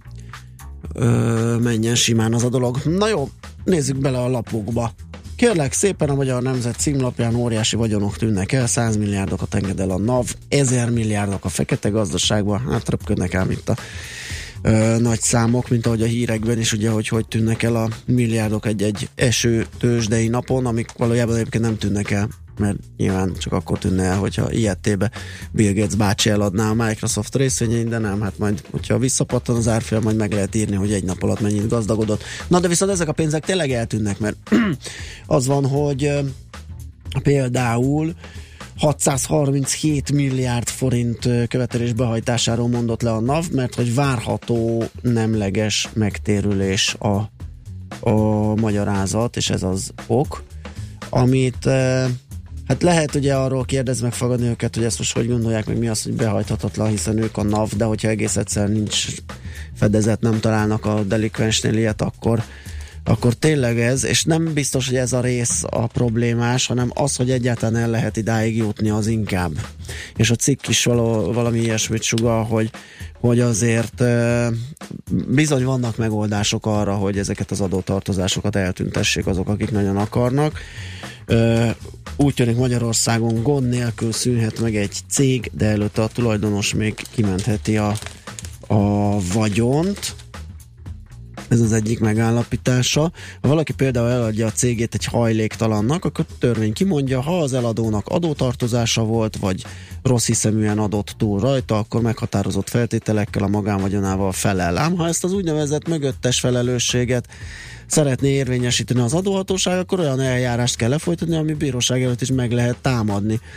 menjen simán az a dolog. Na jó, nézzük bele a lapokba. Kérlek szépen, a Magyar Nemzet címlapján óriási vagyonok tűnnek el, 100 milliárdokat enged el a NAV, 1000 milliárdok a fekete gazdaságban, hát röpködnek el, mint a nagy számok, mint ahogy a hírekben is, ugye, hogy tűnnek el a milliárdok egy eső tőzsdei napon, amik valójában egyébként nem tűnnek el, mert nyilván csak akkor tűnne el, hogyha ilyettébe Bill Gates bácsi eladná a Microsoft részvényeit, de nem, hát majd, hogyha visszapattan az árfolyam, majd meg lehet írni, hogy egy nap alatt mennyit gazdagodott. Na, de viszont ezek a pénzek tényleg eltűnnek, mert az van, hogy például 637 milliárd forint követelés behajtásáról mondott le a NAV, mert hogy várható nemleges megtérülés a magyarázat, és ez az ok, amit hát lehet ugye arról kérdezni, megfogadni őket, hogy ezt most hogy gondolják, meg mi az, hogy behajthatatlan, hiszen ők a NAV, de hogyha egész egyszer nincs fedezet, nem találnak a delikvensnél ilyet, akkor tényleg ez, és nem biztos, hogy ez a rész a problémás, hanem az, hogy egyáltalán el lehet idáig jutni, az inkább. És a cikk is valami ilyesmit sugall, hogy azért bizony vannak megoldások arra, hogy ezeket az adótartozásokat eltüntessék azok, akik nagyon akarnak. Úgy tűnik, Magyarországon gond nélkül szűnhet meg egy cég, de előtte a tulajdonos még kimentheti a vagyont. Ez az egyik megállapítása. Ha valaki például eladja a cégét egy hajléktalannak, akkor törvény kimondja, ha az eladónak adótartozása volt, vagy rossz hiszeműen adott túl rajta, akkor meghatározott feltételekkel a magánvagyonával felel. Ám ha ezt az úgynevezett mögöttes felelősséget szeretné érvényesíteni az adóhatóság, akkor olyan eljárást kell lefolytatni, ami bíróság előtt is meg lehet támadni.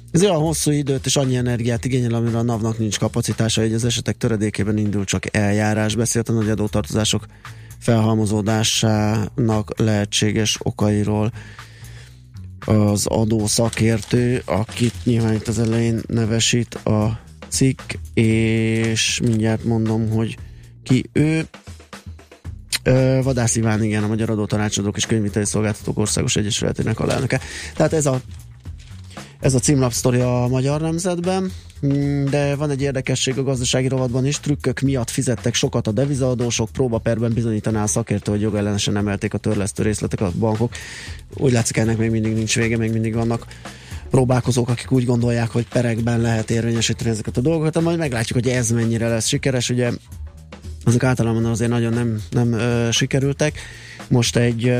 Ez olyan hosszú időt és annyi energiát igényel, amire a NAV-nak nincs kapacitása, így az esetek töredékében indul csak eljárás. Beszélt a nagy adótartozások felhalmozódásának lehetséges okairól az adószakértő, akit nyilván itt az elején nevesít a cikk, és mindjárt mondom, hogy ki ő. Vadász Iván, igen, a Magyar Adótanácsadók és Könyvviteli Szolgáltatók Országos Egyesületének alelnöke. Tehát ez a címlapsztori a Magyar Nemzetben, de van egy érdekesség a gazdasági rovatban is. Trükkök miatt fizettek sokat a devizaadósok, próbaperben bizonyítaná a szakértő, hogy jogellenesen emelték a törlesztő részletek a bankok. Úgy látszik, ennek még mindig nincs vége, még mindig vannak próbálkozók, akik úgy gondolják, hogy perekben lehet érvényesíteni ezeket a dolgokat, de majd meglátjuk, hogy ez mennyire lesz sikeres. Ugye azok általában azért nagyon nem sikerültek. Most egy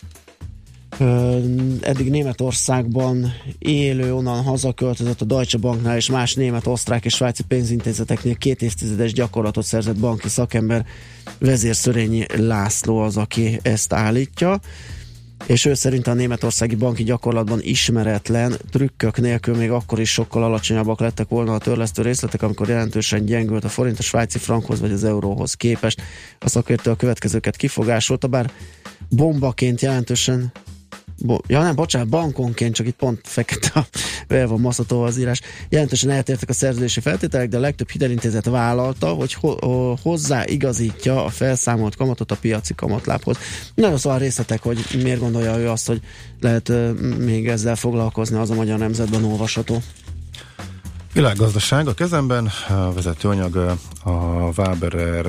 eddig Németországban élő, onnan hazaköltözött a Deutsche Banknál és más német, osztrák és svájci pénzintézeteknél 2 évtizedes gyakorlatot szerzett banki szakember, Vezér Szörényi László az, aki ezt állítja, és ő szerint a németországi banki gyakorlatban ismeretlen trükkök nélkül még akkor is sokkal alacsonyabbak lettek volna a törlesztő részletek, amikor jelentősen gyengült a forint a svájci frankhoz vagy az euróhoz képest. A szakértő a következőket kifogásolta, bár bombaként jelentősen bankonként, csak itt pont fekete el van maszatolva az írás. Jelentősen eltértek a szerződési feltételek, de a legtöbb hitelintézet vállalta, hogy hozzáigazítja a felszámolt kamatot a piaci kamatlábhoz. Nagyon szóval részletek, hogy miért gondolja ő azt, hogy lehet még ezzel foglalkozni, az a Magyar Nemzetben olvasható. Világgazdaság a kezemben, a vezetőanyag a Waberer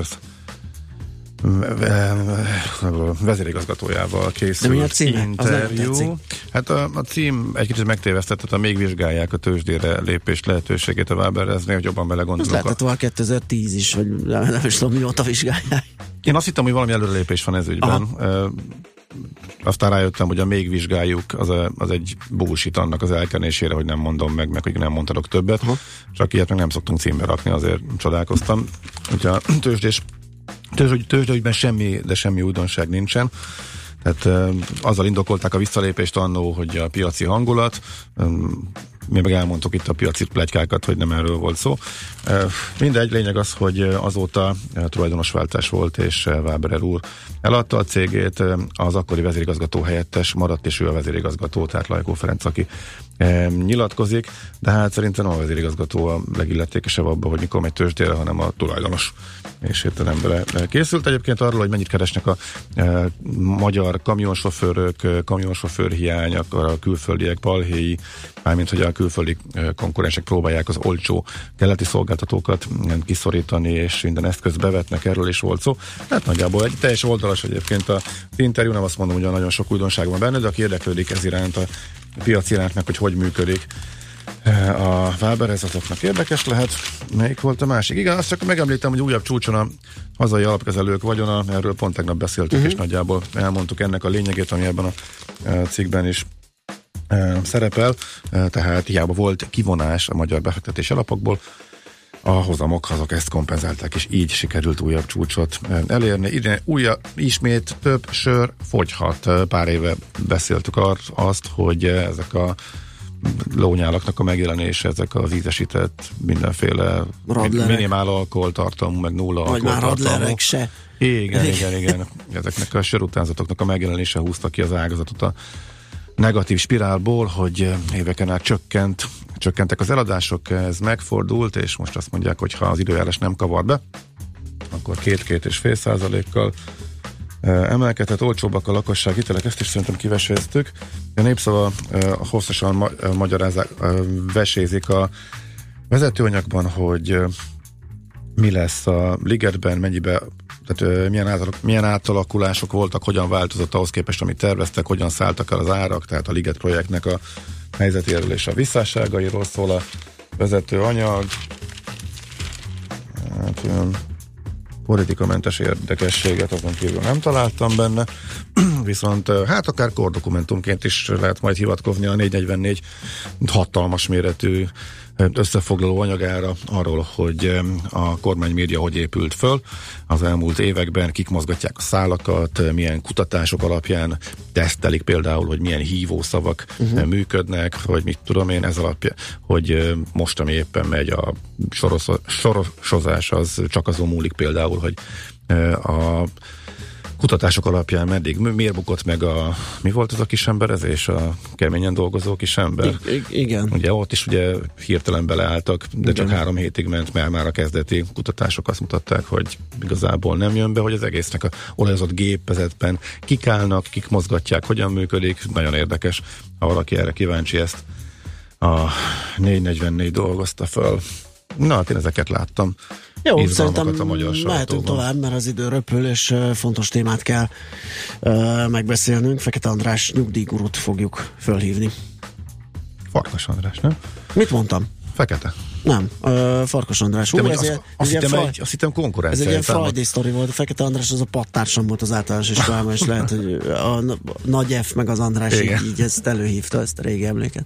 vezérigazgatójával készült interjú. Hát a cím egy kicsit megtévesztett, tehát még vizsgálják a tőzsdére lépés lehetőségét a Wabereznél, hogy jobban belegondolok. Ez lehetett volna 2010 is, vagy nem is tudom, mióta vizsgálják. Én azt hittem, hogy valami előrelépés van ez ügyben. Aztán rájöttem, hogy a még vizsgáljuk, az egy bullshit annak az elkenésére, hogy nem mondom meg hogy nem mondhatok többet. Csak ilyet meg nem szoktunk címbe rakni, azért csodálkoztam. Ugye a tőzsdeügyben semmi újdonság nincsen. Tehát azzal indokolták a visszalépést annó, hogy a piaci hangulat, mi meg elmondtuk itt a piaci pletykákat, hogy nem erről volt szó. Mindegy, lényeg az, hogy azóta tulajdonosváltás volt, és Waberer úr eladta a cégét, az akkori vezérigazgató helyettes maradt, és ő a vezérigazgató, tehát Lajkó Ferenc, aki nyilatkozik, de hát szerintem a vezérigazgató a legilletékesebb abban, hogy mikor megy tőzsdére, hanem a tulajdonos. És értelemben készült egyébként arról, hogy mennyit keresnek a magyar kamionsofőrök, kamionsofőrhiány, a külföldiek, balhéi, mármint hogy a külföldi konkurensek próbálják az olcsó keleti szolgáltatókat kiszorítani, és minden eszközt bevetnek, erről is volt szó. Hát nagyjából egy teljes oldalas egyébként az interjú, nem azt mondom, hogy nagyon sok újdonság van benne, de aki érdeklődik ez iránt, a piac iránt, meg hogy működik a Waber, ez azoknak érdekes lehet. Melyik volt a másik? Igen, azt csak megemlítem, hogy újabb csúcson a hazai alapkezelők vagyona, erről pont tegnap beszéltük, és nagyjából elmondtuk ennek a lényegét, ami ebben a cikkben is szerepel, tehát hiába volt kivonás a magyar befektetési alapokból, a hozamok azok ezt kompenzálták, és így sikerült újabb csúcsot elérni. Ismét több sör fogyhat. Pár éve beszéltük azt, hogy ezek a lónyálaknak a megjelenése, ezek az ízesített mindenféle minimál alkoholtartalmú, meg nulla alkoholtartalmú. Vagy már radlerek se. Igen. Ezeknek a sörutánzatoknak a megjelenése húzta ki az ágazatot a negatív spirálból, hogy éveken át csökkentek az eladások, ez megfordult, és most azt mondják, hogy ha az időjárás nem kavar be, akkor 2-2,5%-kal emelkedett, olcsóbbak a lakosság hitelek, ezt is szerintem kiveséztük. A Népszava hosszasan vesézik a vezetőanyagban, hogy mi lesz a Ligetben, mennyibe, tehát milyen átalakulások voltak, hogyan változott ahhoz képest, amit terveztek, hogyan szálltak el az árak, tehát a Liget projektnek a helyzetéről és a visszásságairól szól a vezetőanyag. Hát olyan politikamentes érdekességet azon kívül nem találtam benne, viszont hát akár kordokumentumként is lehet majd hivatkozni a 444 hatalmas méretű összefoglaló anyagára arról, hogy a kormánymédia hogy épült föl az elmúlt években, kik mozgatják a szálakat, milyen kutatások alapján tesztelik például, hogy milyen hívószavak működnek, hogy mit tudom én, ez alapján, hogy most, ami éppen megy a sorosozás, az csak azon múlik például, hogy a kutatások alapján meddig, miért bukott meg mi volt az a kisemberezés, a keményen dolgozó kisember? Igen. Ugye ott is ugye hirtelen beleálltak, de csak 3 hétig ment, mert már a kezdeti kutatások azt mutatták, hogy igazából nem jön be, hogy az egésznek a olajozott gépezetben kik állnak, kik mozgatják, hogyan működik, nagyon érdekes. Ha valaki erre kíváncsi, ezt a 444 dolgozta föl. Na, hát én ezeket láttam. Jó, szerintem mehetünk tovább, mert az idő röpül, és fontos témát kell megbeszélnünk. Fekete András nyugdíjgurut fogjuk fölhívni. Farkas András, nem? Mit mondtam? Fekete. Nem, Farkas András. Azt hittem konkurencia. Ez egy ilyen Friday sztori volt. A Fekete András az a pattársam volt az általános iskolában, és lehet, hogy a Nagy F meg az András így ezt előhívta, ezt a régi emléket.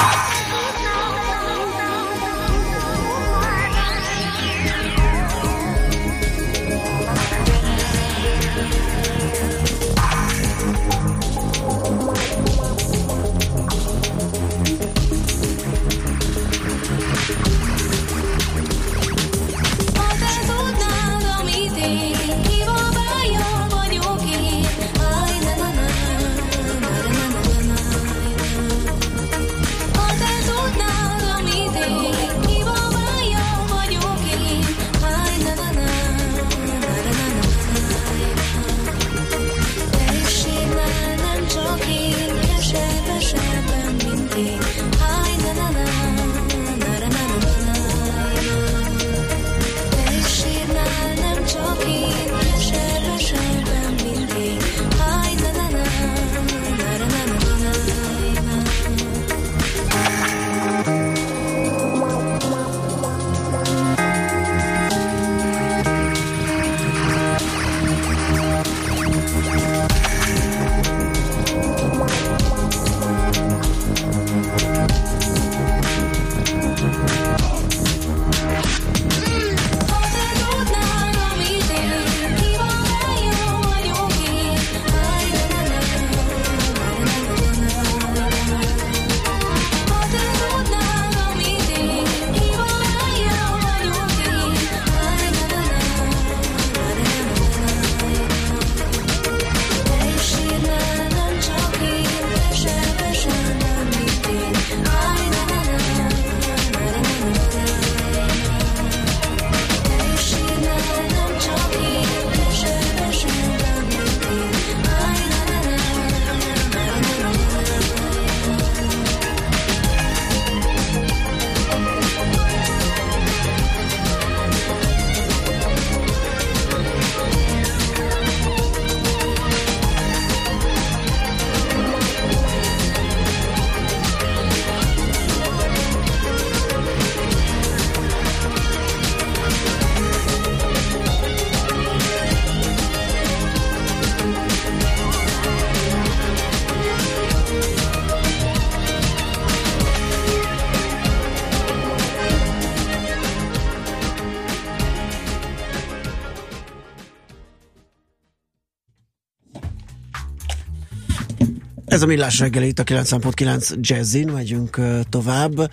Ez a Millás reggeli itt a 90.9 Jazzin, megyünk tovább.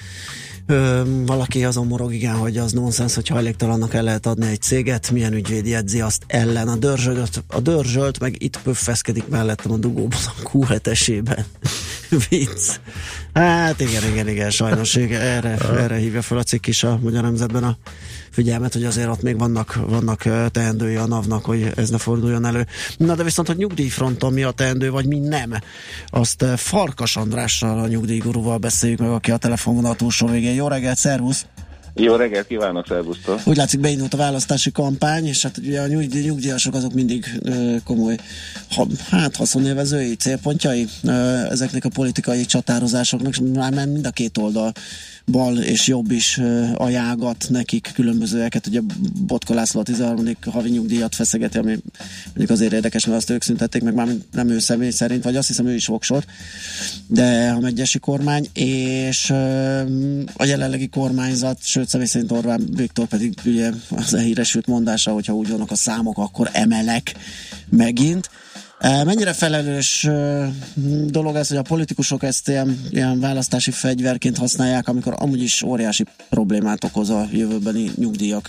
Valaki azon morog, igen, hogy az nonsens, hogy hajléktalannak el lehet adni egy céget, milyen ügyvéd jegyzi azt ellen. A dörzsölt meg itt pöffeszkedik mellettem a dugóban a Q7-esében. Vicc. Hát igen, sajnos erre hívja fel a cikk is a Magyar Nemzetben a figyelmet, hogy azért ott még vannak teendői a NAV-nak, hogy ez ne forduljon elő. Na de viszont, hogy nyugdíjfronton mi a teendő, vagy mi nem, azt Farkas Andrással, a nyugdíjgurúval beszéljük meg, aki a telefonvonal túlsó végén. Jó reggelt, szervusz! Jó reggelt kívánok, szervusztok! Úgy látszik, beindult a választási kampány, és hát ugye a nyugdíjasok azok mindig komoly haszonélvezői, célpontjai ezeknek a politikai csatározásoknak, már mind a két oldal, bal és jobb is ajánlgat nekik különbözőeket. Ugye Botka László a 13. havi nyugdíjat feszegeti, ami mondjuk azért érdekes, mert azt ők szüntették meg, már nem ő személy szerint, vagy azt hiszem ő is voksor, de a megyesi kormány, és a jelenlegi kormányzat, sőt személy szerint Orbán Viktor pedig ugye az elhíresült mondása, hogyha úgy vannak a számok, akkor emelek megint. Mennyire felelős dolog ez, hogy a politikusok ezt ilyen választási fegyverként használják, amikor amúgy is óriási problémát okoz a jövőbeni nyugdíjak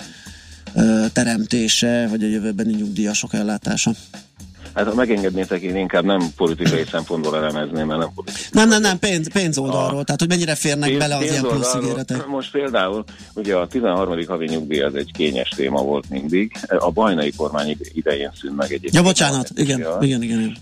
teremtése, vagy a jövőbeni nyugdíjasok ellátása? Hát ha megengednétek, én inkább nem politikai szempontból elemezném, mert nem politikai. Nem, pénzoldalról, tehát hogy mennyire férnek bele az ilyen plusz ígéretek. Most például, ugye a 13. havi nyugdíj az egy kényes téma volt mindig, a Bajnai kormány idején szűnt meg egyébként. Ja, bocsánat, igen.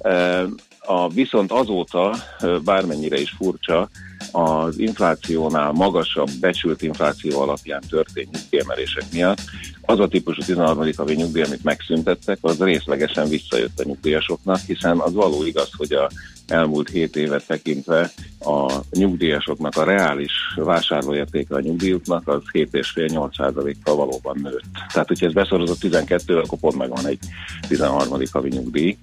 Viszont azóta, bármennyire is furcsa, az inflációnál magasabb becsült infláció alapján történt nyugdíjemelések miatt az a típusú 13. havi nyugdíj, amit megszüntettek, az részlegesen visszajött a nyugdíjasoknak, hiszen az való igaz, hogy a elmúlt 7 évet tekintve a nyugdíjasoknak a reális vásárlóértéke a nyugdíjuknak az 7,5-8%-kal valóban nőtt. Tehát, hogyha ez beszorozott 12, akkor pont megvan egy 13. havi nyugdíj.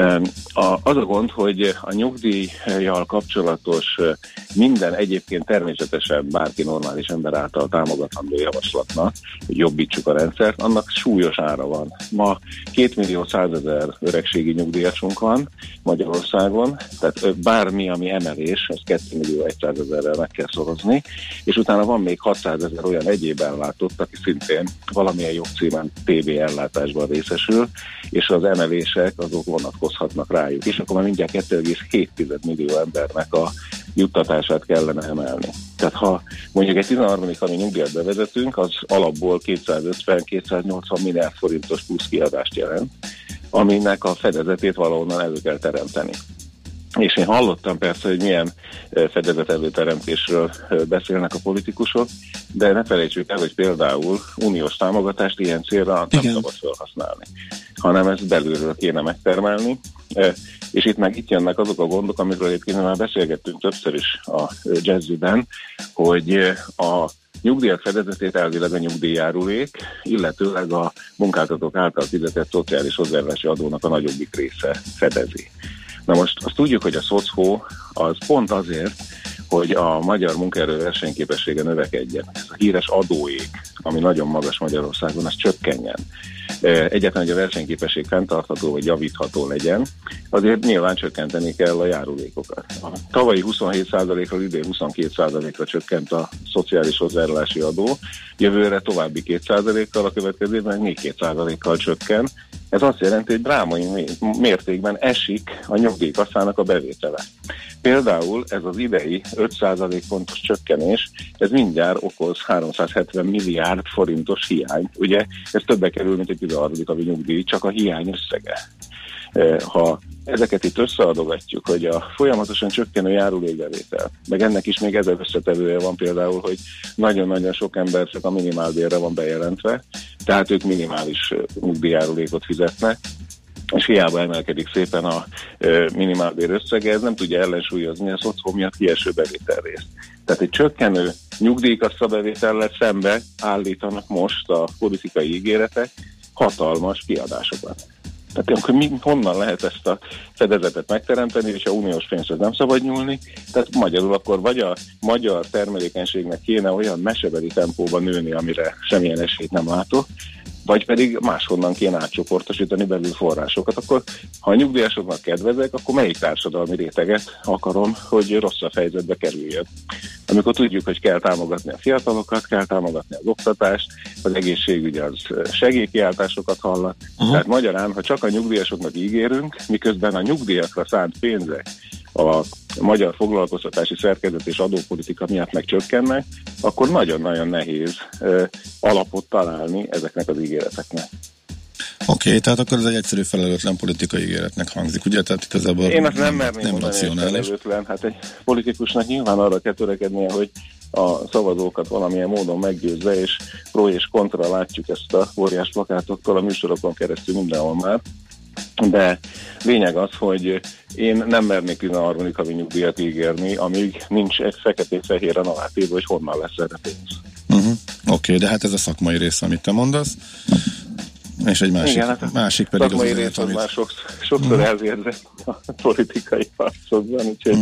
Az a gond, hogy a nyugdíjjal kapcsolatos minden egyébként természetesen bárki normális ember által támogatandó javaslatnak, hogy jobbítsuk a rendszert, annak súlyos ára van. Ma 2.100.000 öregségi nyugdíjasunk van Magyarországon, tehát bármi, ami emelés, az 2.100.000-rel meg kell szorozni, és utána van még 600.000 olyan egyéb ellátott, aki szintén valamilyen jogcímen TB ellátásban részesül, és az emelések azok vonatkozhatnak rájuk, és akkor már mindjárt 2,7 millió embernek a juttatását kellene emelni. Tehát ha mondjuk egy 13. havi nyugdíjat bevezetünk, az alapból 250-280 milliárd forintos plusz kiadást jelent, aminek a fedezetét valahonnan elő kell teremteni. És én hallottam persze, hogy milyen fedezet előteremtésről beszélnek a politikusok, de ne felejtsük el, hogy például uniós támogatást ilyen célra nem szabad felhasználni, hanem ezt belülről kéne megtermelni, és itt jönnek azok a gondok, amikről egyébként már beszélgettünk többször is a Jazzy-ben, hogy a nyugdíjak fedezetét elvileg a nyugdíjjárulék, illetőleg a munkáltatók által fizetett szociális hozzájárulási adónak a nagyobbik része fedezi. Na most azt tudjuk, hogy a SZOCHO az pont azért, hogy a magyar munkaerő versenyképessége növekedjen. Ez a híres adóég, ami nagyon magas Magyarországon, az csökkenjen. Egyáltalán, hogy a versenyképesség fenntartható vagy javítható legyen, azért nyilván csökkenteni kell a járulékokat. A tavalyi 27%-ról idén 22%-ra csökkent a szociális hozzájárulási adó, jövőre további 2%-kal, a következő évben még 2%-kal csökken. Ez azt jelenti, hogy drámai mértékben esik a nyugdíjkasszának a bevétele. Például ez az idei 5% pontos csökkenés, ez mindjárt okoz 370 milliárd forintos hiányt. Ugye ez többe kerül, mint egy 13. havi nyugdíj, csak a hiány összege. Ha ezeket itt összeadogatjuk, hogy a folyamatosan csökkenő járulékbevétel, meg ennek is még ezer összetevője van például, hogy nagyon-nagyon sok ember csak a minimálbérre van bejelentve, tehát ők minimális nyugdíjjárulékot fizetnek, és hiába emelkedik szépen a minimálbér összege, ez nem tudja ellensúlyozni a SZOCHO miatt kieső bevételrészt. Tehát egy csökkenő nyugdíjkasszabevétellel szembe állítanak most a politikai ígéretek hatalmas kiadásokat. Tehát akkor honnan lehet ezt a fedezetet megteremteni, és a uniós pénzhez nem szabad nyúlni. Tehát magyarul akkor vagy a magyar termelékenységnek kéne olyan mesebeli tempóban nőni, amire semmilyen esélyt nem látok, vagy pedig máshonnan kéne átcsoportosítani belül forrásokat. Akkor, ha a nyugdíjasoknak kedvezek, akkor melyik társadalmi réteget akarom, hogy rosszabb helyzetbe kerüljön? Amikor tudjuk, hogy kell támogatni a fiatalokat, kell támogatni az oktatást, az egészségügy az segélykiáltásokat hallat. Tehát magyarán, ha csak a nyugdíjasoknak ígérünk, miközben a nyugdíjakra szánt pénzek a magyar foglalkoztatási szerkezet és adópolitika miatt megcsökkennek, akkor nagyon-nagyon nehéz alapot találni ezeknek az ígéreteknek. Oké, tehát akkor ez egy egyszerű felelőtlen politikai ígéretnek hangzik, ugye? Tehát igazából én azt nem merném nem mondani, hogy felelőtlen. Hát egy politikusnak nyilván arra kell törekednie, hogy a szavazókat valamilyen módon meggyőzve, és pro és kontra látjuk ezt a óriás plakátokkal a műsorokon keresztül mindenhol már. De lényeg az, hogy én nem mernék 13. havi nyugdíjat ígérni, amíg nincs egy feketén-fehéren alátéve, hogy honnan lesz erre pénz. Oké, de hát ez a szakmai rész, amit te mondasz. És egy másik, igen, hát másik pedig szakmai az rész az már sokszor elvérzett a politikai harcokban, úgyhogy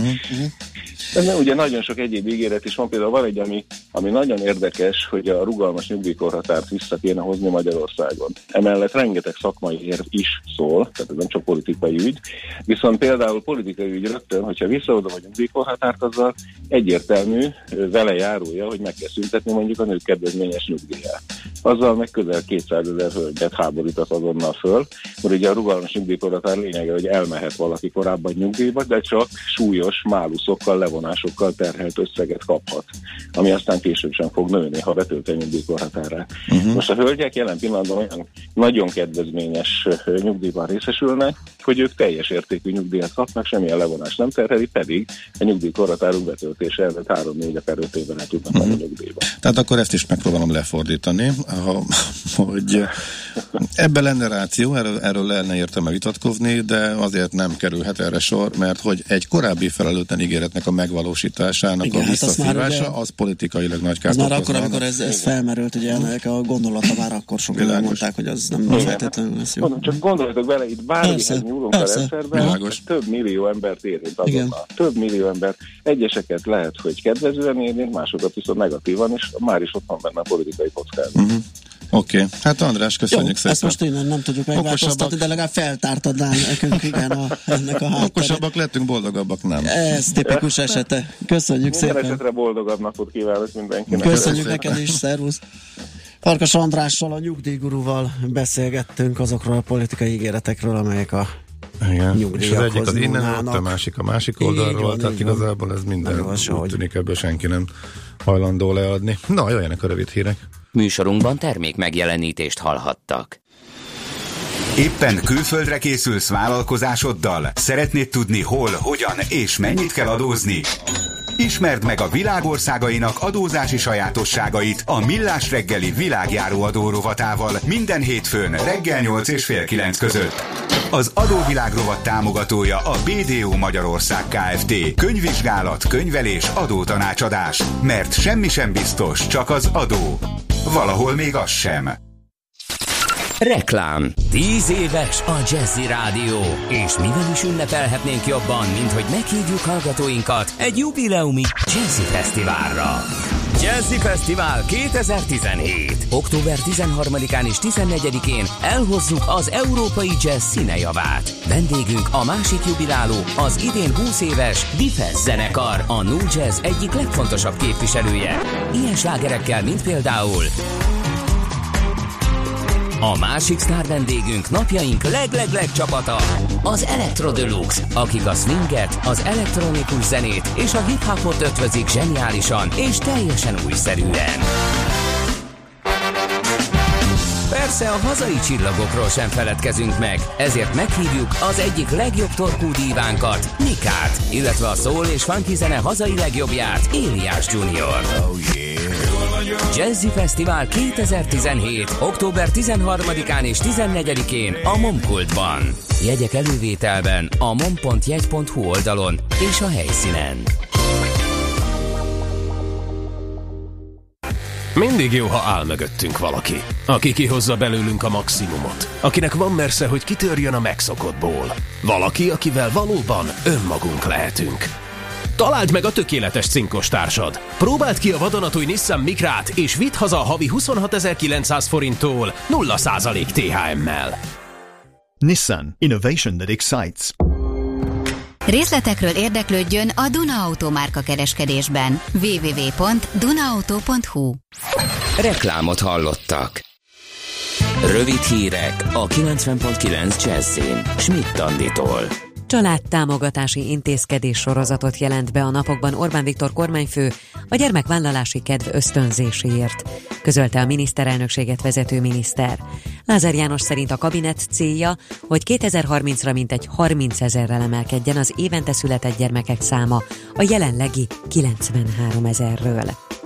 de ugye nagyon sok egyéb ígéret is van, például van egy, ami nagyon érdekes, hogy a rugalmas nyugdíjkorhatárt vissza kéne hozni Magyarországon. Emellett rengeteg szakmai érv is szól, tehát ez nem csak politikai ügy, viszont például politikai ügy rögtön, hogyha visszahozom a nyugdíjkorhatárt, azzal egyértelmű vele járója, hogy meg kell szüntetni mondjuk a nők kedvezményes nyugdíját. Azzal meg közel 200 000 hölgyet háborított azonnal föl, mert ugye a rugalmas nyugdíjkorhatár lényege, hogy elmehet valaki korábban nyugdíjba, de csak súlyos máluszokkal, levonásokkal terhelt összeget kaphat, ami aztán később sem fog nőni, ha betölti a nyugdíjkorhatárát. Most a hölgyek jelen pillanatban olyan nagyon kedvezményes nyugdíjban részesülnek, hogy ők teljes értékű nyugdíjat kapnak, semmilyen levonás nem terheli, pedig a nyugdíjkorhatáruk betöltése előtt 3-4-5 évben el tudnak menni nyugdíjba. Tehát akkor ezt is megpróbálom lefordítani, hogy ebben lenne ráció, erről lenne értelme vitatkozni, de azért nem kerülhet erre sor, mert hogy egy korábbi felelőtlen ígéretnek a megvalósításának a visszaszívása, az politikailag nagy kárt okozna. Már akkor, amikor ez felmerült, ugye ennek a gondolata már akkor sokan elmondták, hogy az nem feltétlenül lesz jó. Csak gondoljatok bele, itt bármihez nyúlunk a rendszerben, több millió embert érint azonnal. Több millió ember. Egyeseket lehet, hogy kedvezően érint, másokat viszont negatívan, és már is ott van benne a politikai kockázat. Oké. Hát András, köszönjük szépen. Ezt most innen nem tudjuk megváltoztatni, de legalább feltártad nekünk ennek a hátterét. Okosabbak lettünk, boldogabbak nem. Ez tipikus esete. Köszönjük szépen. Minden esetre boldogabb napot kívánok mindenkinek. Köszönjük neked is, szervusz. Farkas Andrással, a nyugdíjgurúval beszélgettünk azokról a politikai ígéretekről, amelyek a nyugdíjakhoz és az egyik az innen nyúlnának. a másik a másik oldalról, tehát igazából ez minden úgy tűnik, ebből senki nem hajlandó leadni. Na, jöjjenek a rövid hírek. Műsorunkban termék megjelenítést hallhattak. Éppen külföldre készülsz vállalkozásoddal? Szeretnéd tudni hol, hogyan és mennyit kell adózni? Ismerd meg a világ országainak adózási sajátosságait a Millás reggeli világjáró adó rovatával minden hétfőn reggel 8 és fél 9 között. Az adóvilág rovat támogatója a BDO Magyarország Kft. Könyvvizsgálat, könyvelés, adótanácsadás. Mert semmi sem biztos, csak az adó. Valahol még az sem. Reklám. 10 éves a Jazzy Rádió, és mivel is ünnepelhetnénk jobban, mint hogy meghívjuk hallgatóinkat egy jubileumi Jazzy Fesztiválra. Jazzy Fesztivál 2017. Október 13-án és 14-én elhozzuk az európai jazz színejavát. Vendégünk a másik jubiláló, az idén 20 éves Diffes zenekar, a Nu Jazz egyik legfontosabb képviselője. Ilyen slágerekkel, mint például a másik sztár vendégünk napjaink leg csapata, az Electro Deluxe, akik a swinget, az elektronikus zenét és a hip-hopot ötvözik zseniálisan és teljesen újszerűen. Persze a hazai csillagokról sem feledkezünk meg, ezért meghívjuk az egyik legjobb torkú dívánkat, Nikát, illetve a soul és funky zene hazai legjobbját, Éliás Junior. Oh yeah. Jazzy Fesztivál 2017. október 13-án és 14-én a Momkultban. Jegyek elővételben a mom.jegy.hu oldalon és a helyszínen. Mindig jó, ha áll mögöttünk valaki, aki kihozza belőlünk a maximumot, akinek van mersze, hogy kitörjön a megszokottból. Valaki, akivel valóban önmagunk lehetünk. Találd meg a tökéletes cinkos társad. Próbáld ki a vadonatúj Nissan Micrát, és vidd haza a havi 26.900 forinttól 0% THM-mel. Nissan. Innovation that excites. Részletekről érdeklődjön a Duna Auto márka kereskedésben. www.dunaauto.hu. Reklámot hallottak. Rövid hírek a 90.9 Jazzin Schmidt Anditól. Családtámogatási intézkedés sorozatot jelent be a napokban Orbán Viktor kormányfő a gyermekvállalási kedv ösztönzéséért, közölte a miniszterelnökséget vezető miniszter. Lázár János szerint a kabinet célja, hogy 2030-ra mintegy 30 000-rel emelkedjen az évente született gyermekek száma a jelenlegi 93 000-ről.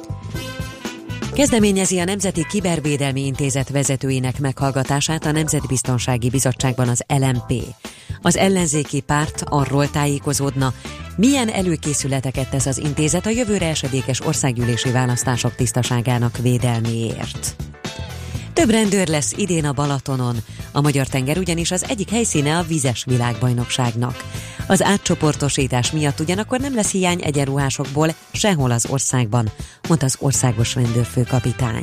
Kezdeményezi a Nemzeti Kibervédelmi Intézet vezetőinek meghallgatását a Nemzetbiztonsági Bizottságban az LMP. Az ellenzéki párt arról tájékozódna, milyen előkészületeket tesz az intézet a jövőre esedékes országgyűlési választások tisztaságának védelméért. Több rendőr lesz idén a Balatonon. A magyar tenger ugyanis az egyik helyszíne a vizes világbajnokságnak. Az átcsoportosítás miatt ugyanakkor nem lesz hiány egyenruhásokból sehol az országban, mondta az országos rendőrfőkapitány.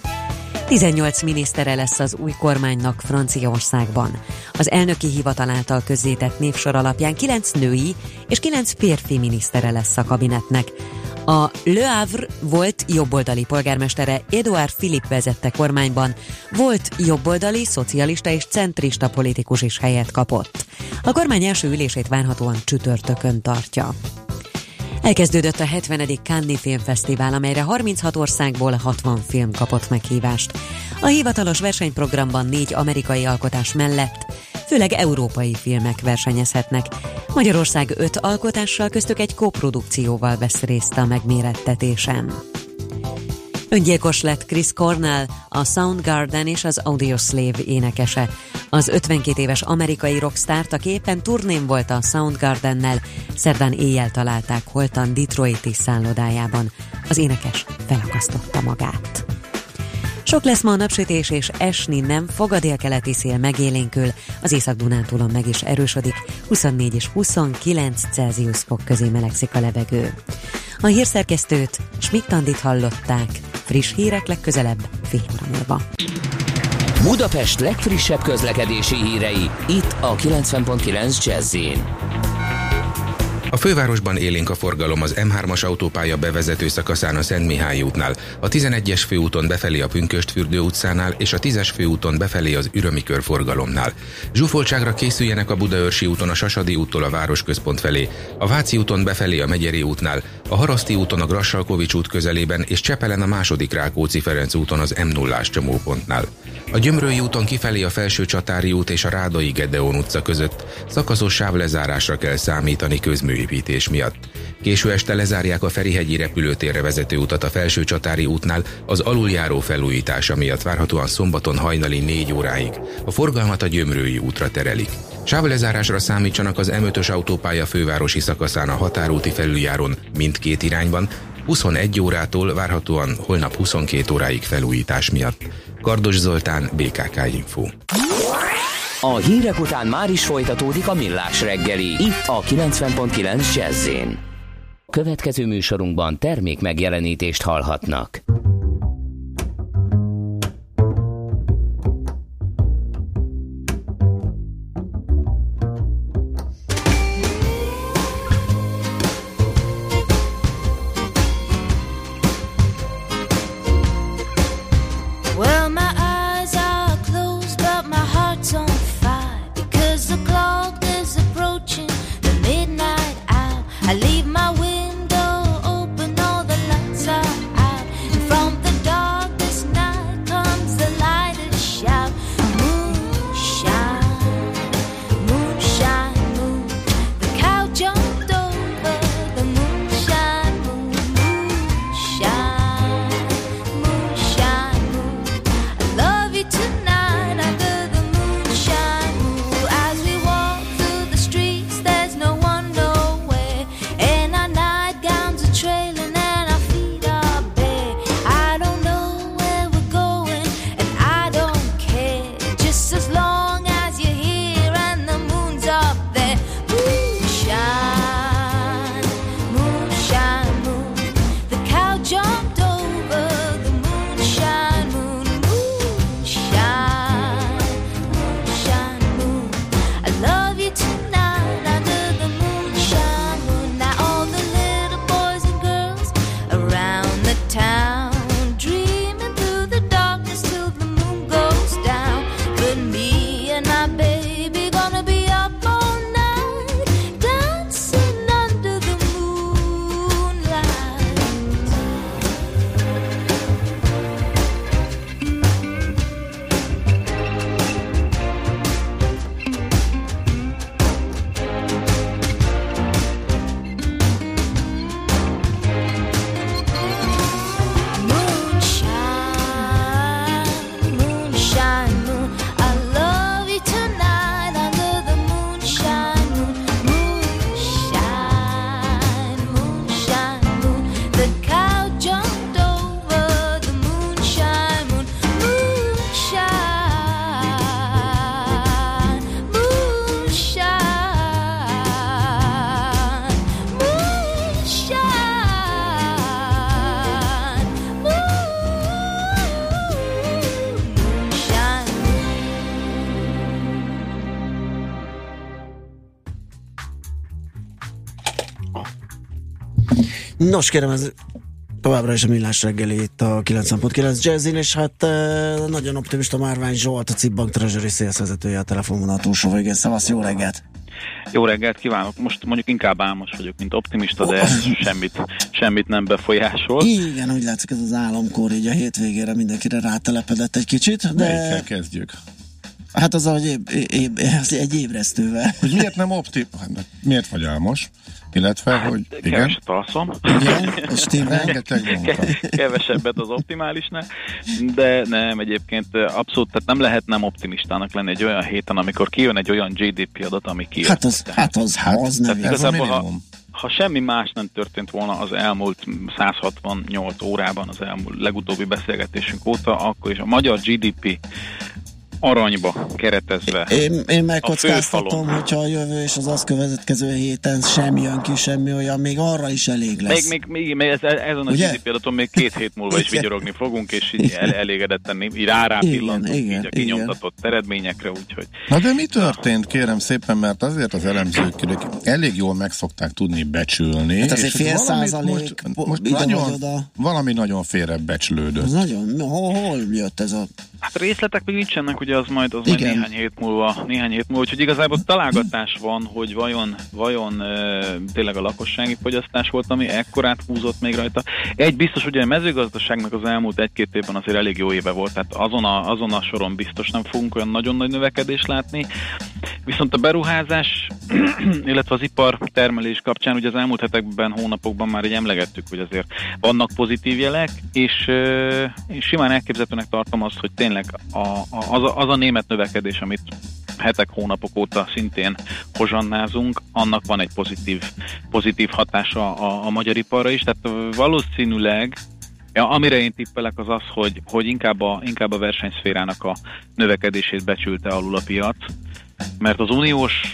18 minisztere lesz az új kormánynak Franciaországban. Az elnöki hivatal által közzétett névsor alapján 9 női és 9 férfi minisztere lesz a kabinetnek. A Le Havre volt jobboldali polgármestere Édouard Philippe vezette kormányban, volt jobboldali, szocialista és centrista politikus is helyet kapott. A kormány első ülését várhatóan csütörtökön tartja. Elkezdődött a 70. Cannes Filmfesztivál, amelyre 36 országból 60 film kapott meghívást. A hivatalos versenyprogramban 4 amerikai alkotás mellett főleg európai filmek versenyezhetnek. Magyarország 5 alkotással, köztük egy koprodukcióval vesz részt a megmérettetésen. Öngyilkos lett Chris Cornell, a Soundgarden és az Audioslave énekese. Az 52 éves amerikai rockstárt, aki éppen turnén volt a Soundgardennel, szerdán éjjel találták holtan Detroiti szállodájában. Az énekes felakasztotta magát. Sok lesz ma a napsütés, és esni nem fog, a délkeleti szél megélénkül, az Észak-Dunántúlon meg is erősödik, 24 és 29 Celsius fok közé melegszik a levegő. A hírszerkesztőt, Schmidt-Andit hallották, friss hírek legközelebb fél óra múlva. Budapest legfrissebb közlekedési hírei, itt a 90.9 Jazz-in. A fővárosban élénk a forgalom az M3-as autópálya bevezető szakaszán a Szent Mihály útnál, a 11-es főúton befelé a Pünkösdfürdő utcánál és a 10-es főúton befelé az Ürömi körforgalomnál. Zsúfoltságra készüljenek a Budaörsi úton a Sasadi úttól a városközpont felé, a Váci úton befelé a Megyeri útnál, a Haraszti úton a Grassalkovich út közelében és Csepelen a II. Rákóczi-Ferenc úton az M0-ás csomópontnál. A Gyömrői úton kifelé a Felső-Csatári út és a Rádai Gedeon utca között szakaszos sávlezárásra kell számítani közműépítés miatt. Késő este lezárják a Ferihegyi repülőtérre vezető utat a Felső-Csatári útnál az aluljáró felújítása miatt várhatóan szombaton hajnali 4 óráig. A forgalmat a Gyömrői útra terelik. Sávlezárásra számítsanak az M5-ös autópálya fővárosi szakaszán a határúti felüljáron mindkét irányban, 21 órától várhatóan holnap 22 óráig felújítás miatt. Kardos Zoltán, BKK Info. A hírek után már is folytatódik a Millás reggeli, itt a 90.9 Jazz-in. Következő műsorunkban termék megjelenítést hallhatnak. I leave my window open, all the lights are out. In front Nos, kérem, ez továbbra is a Millás reggeli itt a 90.9 Jazzin, és hát nagyon optimista Márvány Zsolt, a CIP Bank Treasury Sales vezetője a telefonvonal túlsó végén. Szavasz, jó reggelt! Jó reggelt kívánok! Most mondjuk inkább álmos vagyok, mint optimista, de semmit nem befolyásol. Igen, úgy látszik, ez az álomkor így a hétvégére mindenkire rátelepedett egy kicsit, de... Melyikkel kezdjük? Hát az, hogy egy ébresztővel. Hogy miért nem miért vagy álmos? Illetve, hogy igen. Keveset alszom. Igen, és rengeteg munka. Kevesebbet az optimálisnál, de nem, egyébként abszolút, tehát nem lehet nem optimistának lenni egy olyan héten, amikor kijön egy olyan GDP adat, ami kijön. Hát az nem igazából, ha semmi más nem történt volna az elmúlt 168 órában, az elmúlt legutóbbi beszélgetésünk óta, akkor is a magyar GDP aranyba keretezve. Én megkockáztatom, hogyha a jövő és az azt következő héten sem jön ki semmi olyan, még arra is elég lesz. Még ezen a GDP adaton még 2 hét múlva is vigyorogni fogunk, és így elégedetten így rá pillantunk így a kinyomtatott eredményekre, úgyhogy... Na de mi történt, kérem szépen, mert azért az elemzők elég jól meg szokták tudni becsülni. Hát az egy fél százalék most valami nagyon félrebecslődött. Nagyon, hol jött ez a... Hát részletek még nincsenek, ugye az majd néhány hét múlva, úgyhogy igazából találgatás van, hogy vajon tényleg a lakossági fogyasztás volt, ami ekkorát húzott még rajta. Egy biztos, ugye a mezőgazdaságnak az elmúlt 1-2 évben azért elég jó éve volt, tehát azon a soron biztos nem fogunk olyan nagyon nagy növekedést látni, viszont a beruházás, illetve az ipar termelés kapcsán ugye az elmúlt hetekben, hónapokban már így emlegettük, hogy azért vannak pozitív jelek, és simán elképzelhetőnek tartom azt, hogy tényleg az a német növekedés, amit hetek, hónapok óta szintén hozsannázunk, annak van egy pozitív hatása a magyar iparra is, tehát valószínűleg amire én tippelek az az, hogy inkább a versenyszférának a növekedését becsülte alul a piac, mert az uniós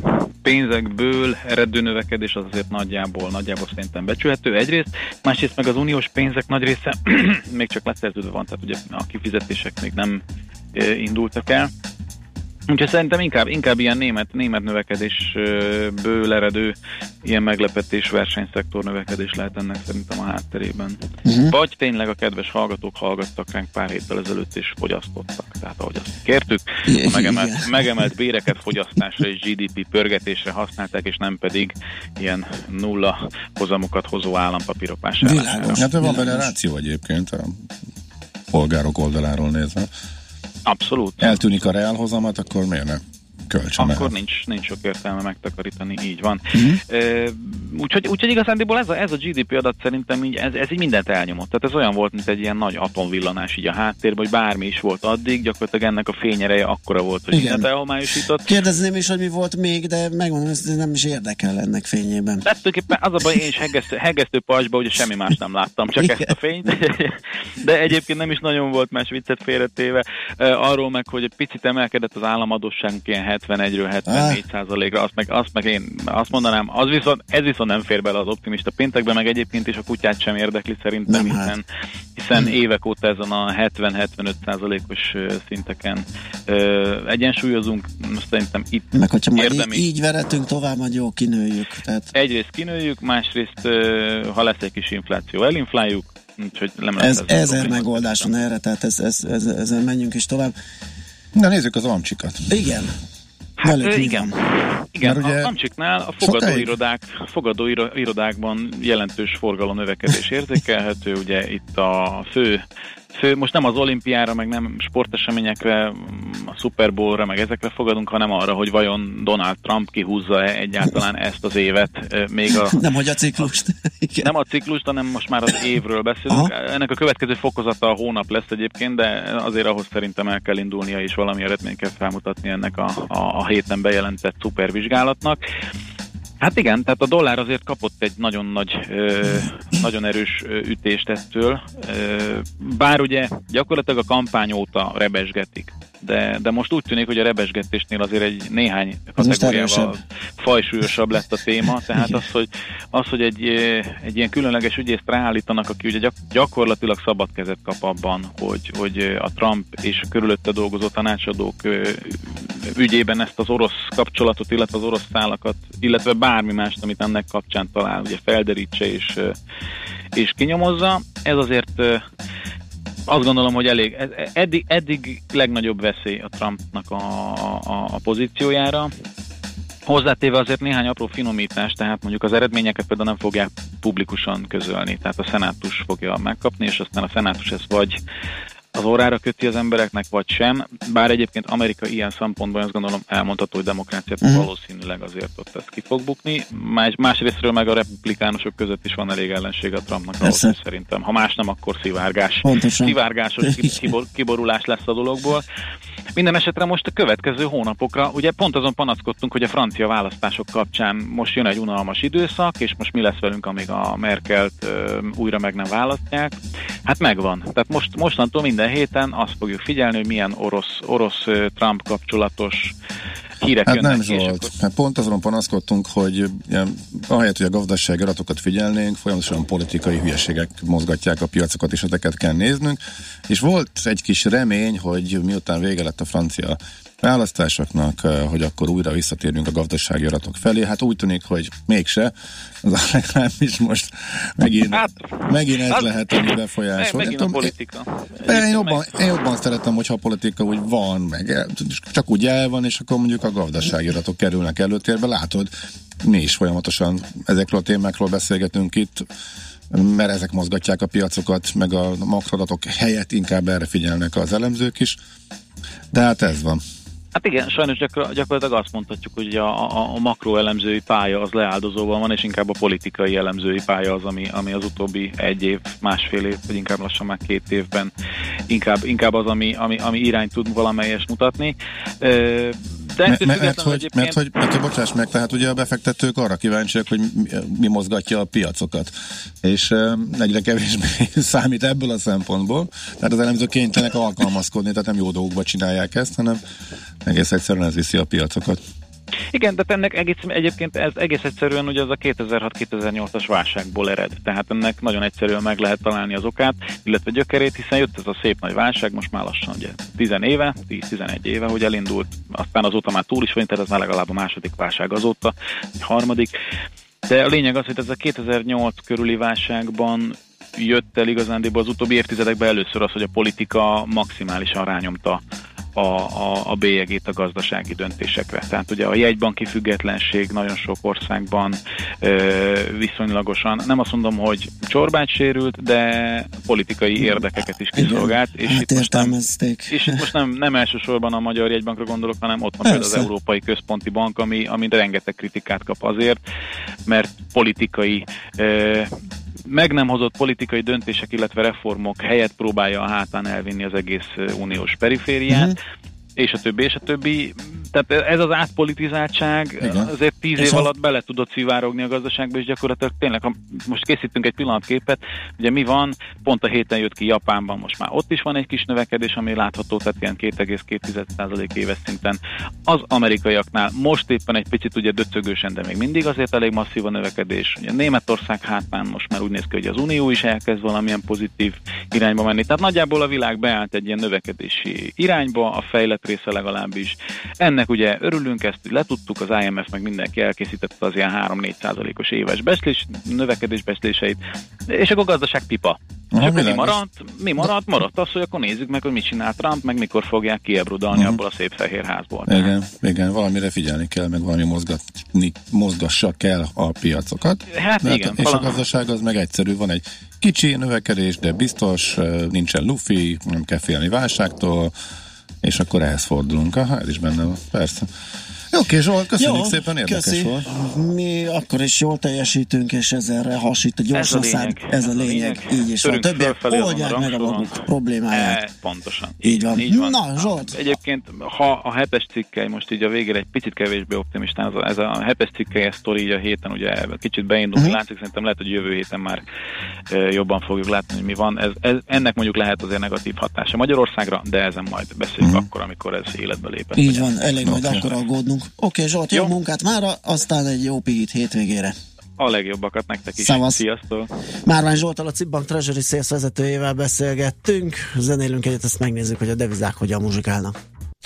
pénzekből eredő növekedés az azért nagyjából szerintem becsülhető egyrészt, másrészt meg az uniós pénzek nagy része még csak leszerződve van, tehát ugye a kifizetések még nem indultak el. Úgyhogy szerintem inkább ilyen német növekedésből eredő ilyen meglepetés versenyszektor növekedés lehet ennek szerintem a hátterében. Vagy tényleg a kedves hallgatók hallgattak ránk pár héttel ezelőtt és fogyasztottak. Tehát ahogy azt kértük, a megemelt béreket fogyasztásra és GDP pörgetésre használták, és nem pedig ilyen nulla hozamokat hozó állampapírok vásárlására. Hát van benne ráció egyébként a polgárok oldaláról nézve. Abszolút. Eltűnik a reálhozamat, akkor miért ne költsem el? Akkor nincs sok értelme megtakarítani, így van. Úgyhogy igazándiból ez a GDP adat szerintem így, ez így mindent elnyomott. Tehát ez olyan volt, mint egy ilyen nagy atomvillanás így a háttérben, hogy bármi is volt addig, gyakorlatilag ennek a fényereje akkora volt, hogy mindent elhomályosított. Kérdezném is, hogy mi volt még, de megmondom, ez nem is érdekel ennek fényében. Tulajdonképpen az a baj, én is hegesztő pajzsba, ugye semmi más nem láttam, csak ezt a fényt. De egyébként nem is nagyon volt más viccet félretéve. Arról meg, hogy egy picit emelkedett az államadósságunk ilyen 71-ről 74%-ra, azt meg én azt mondanám, ez viszont nem fér bele az optimista péntekbe, meg egyébként is a kutyát sem érdekli szerintem, hiszen évek óta ezen a 70-75%-os szinteken egyensúlyozunk, szerintem itt meg hogyha majd így veretünk tovább, majd jó kinőjük. Tehát... Egyrészt kinőjük, másrészt ha lesz egy kis infláció, elinfláljuk, úgyhogy nem lesz ezer megoldás van erre, tehát ezzel menjünk is tovább. Na nézzük az amcsikat. Igen. Hát igen, a amcsiknál a fogadóirodákban jelentős forgalom növekedés érzékelhető, ugye itt a fő, most nem az olimpiára, meg nem sporteseményekre, a Super Bowlra, meg ezekre fogadunk, hanem arra, hogy vajon Donald Trump kihúzza-e egyáltalán ezt az évet. Nem, hogy a ciklust. Nem a ciklust, hanem most már az évről beszélünk. Ennek a következő fokozata a hónap lesz egyébként, de azért ahhoz szerintem el kell indulnia, és valami eredményt kell felmutatni ennek a héten bejelentett szupervizsgálatnak. Hát igen, tehát a dollár azért kapott egy nagyon nagy, nagyon erős ütést ettől, bár ugye gyakorlatilag a kampány óta rebesgetik de most úgy tűnik, hogy a rebesgetésnél azért egy néhány kategóriával fajsúlyosabb lett a téma, tehát hogy egy ilyen különleges ügyészt ráállítanak, aki ugye gyakorlatilag szabad kezet kap abban, hogy a Trump és a körülötte dolgozó tanácsadók ügyében ezt az orosz kapcsolatot, illetve az orosz szálakat, illetve bármi mást, amit ennek kapcsán talál, ugye felderítse és kinyomozza. Ez azért azt gondolom, hogy elég. Eddig legnagyobb veszély a Trumpnak a pozíciójára. Hozzátéve azért néhány apró finomítás, tehát mondjuk az eredményeket például nem fogják publikusan közölni, tehát a szenátus fogja megkapni, és aztán a szenátus ezt vagy az órára köti az embereknek, vagy sem. Bár egyébként Amerika ilyen szempontból azt gondolom elmondható, hogy demokráciát valószínűleg azért ott ezt ki fog bukni. Másrésztről meg a republikánusok között is van elég ellenség a Trumpnak ahhoz, hogy szerintem. Ha más nem, akkor szivárgásos kiborulás lesz a dologból. Minden esetre most a következő hónapokra, ugye pont azon panaszkodtunk, hogy a francia választások kapcsán most jön egy unalmas időszak, és most mi lesz velünk, amíg a Merkelt újra meg nem választják. Hát megvan. Tehát mostantól minden héten azt fogjuk figyelni, hogy milyen orosz-Trump kapcsolatos hírek jönnek. Nem Zsolt. Hát pont azon panaszkodtunk, hogy ahelyett, hogy a gazdasági adatokat figyelnénk, folyamatosan politikai hülyeségek mozgatják a piacokat, és ezeket kell néznünk. És volt egy kis remény, hogy miután vége lett a francia választásoknak, hogy akkor újra visszatérünk a gazdasági adatok felé. Hát úgy tűnik, hogy mégse. Az legalábbis most megint ez lehet, hogy befolyásol. Megint a politika. Én jobban szeretem, hogyha a politika úgy van, meg csak úgy el van, és akkor mondjuk a gazdasági adatok kerülnek előtérbe. Látod, mi is folyamatosan ezekről a témákról beszélgetünk itt, mert ezek mozgatják a piacokat, meg a makroadatok helyett inkább erre figyelnek az elemzők is. De hát ez van. Hát igen, sajnos gyakorlatilag azt mondhatjuk, hogy a makroelemzői pálya az leáldozóban van, és inkább a politikai elemzői pálya az, ami az utóbbi egy év, másfél év, vagy inkább lassan már 2 évben inkább az, ami irányt tud valamelyest mutatni. Mert hogy bocsáss meg, tehát ugye a befektetők arra kíváncsiak, hogy mi mozgatja a piacokat, és egyre kevésbé számít ebből a szempontból, tehát az elemzők kénytelenek alkalmazkodni, tehát nem jó dolgokba csinálják ezt, hanem egész egyszerűen ez viszi a piacokat. Igen, de ennek egyébként ez egész egyszerűen ugye az a 2006-2008-as válságból ered. Tehát ennek nagyon egyszerűen meg lehet találni az okát, illetve gyökerét, hiszen jött ez a szép nagy válság, most már lassan ugye 10-11 éve, hogy elindult, aztán azóta már túl is van, tehát ez már legalább a második válság azóta, egy harmadik. De a lényeg az, hogy ez a 2008 körüli válságban jött el igazándiból az utóbbi évtizedekben először az, hogy a politika maximálisan rányomta a bélyegét a gazdasági döntésekre. Tehát ugye a jegybanki függetlenség nagyon sok országban viszonylagosan, nem azt mondom, hogy csorbát sérült, de politikai érdekeket is kiszolgált. És hát itt most nem elsősorban a Magyar Jegybankra gondolok, hanem ott van például az Európai Központi Bank, ami rengeteg kritikát kap azért, mert politikai meg nem hozott politikai döntések, illetve reformok helyett próbálja a hátán elvinni az egész uniós perifériát, és a többi. Tehát ez az átpolitizáltság azért 10 év alatt bele tudott szivárogni a gazdaságba, és gyakorlatilag tényleg, ha most készítünk egy pillanatképet, ugye mi van, pont a héten jött ki Japánban, most már ott is van egy kis növekedés, ami látható, tehát ilyen 2,2% éves szinten. Az amerikaiaknál most éppen egy picit ugye döcögősen, de még mindig azért elég masszív a növekedés. Ugye Németország hátán most már úgy néz ki, hogy az Unió is elkezd valamilyen pozitív irányba menni. Tehát nagyjából a világ beállt egy ilyen növekedési irányba, a fejlett része legalábbis. Ennek ugye örülünk, ezt letudtuk, az IMF meg mindenki elkészítette az ilyen 3-4%-os éves növekedés becsléseit, és akkor a gazdaság pipa. És akkor mi maradt az, hogy akkor nézzük meg, hogy mit csinál Trump, meg mikor fogják kiebrudalni abból a szép fehér házból. Igen, valamire figyelni kell, meg valami mozgassa kell a piacokat. Hát igen. És a gazdaság az meg egyszerű, van egy kicsi növekedés, de biztos, nincsen lufi, nem kell félni válságtól, és akkor ehhez fordulunk. Aha, ez is benne van, persze. Oké, Zsolt, köszönjük szépen, érdekes volt. Mi akkor is jól teljesítünk, és ezerre hasít a gyors ez a lényeg. Így is van. Többiek oldják meg a maguk problémáját. Pontosan. Így van. Na, Zsolt. Egyébként, ha a hetes cikkely most így a végére egy picit kevésbé optimistán, ez a hetes cikkely sztori így a héten ugye kicsit beindul, látszik, szerintem lehet, hogy jövő héten már jobban fogjuk látni, hogy mi van. Ennek mondjuk lehet azért negatív hatása Magyarországra, de ezen majd beszéljük akkor, amikor ez életbe lépett. Így van, elég majd akkor aggódnunk. Oké, Zsolt, jó munkát mára, aztán egy jó pihit hétvégére. A legjobbakat nektek is. Szavasz. Sziasztok! Márvány Zsolttal, a Cibbank Treasury Sales vezetőjével beszélgettünk. Zenélünk egyet, ezt megnézzük, hogy a devizák hogyan muzsikálnak.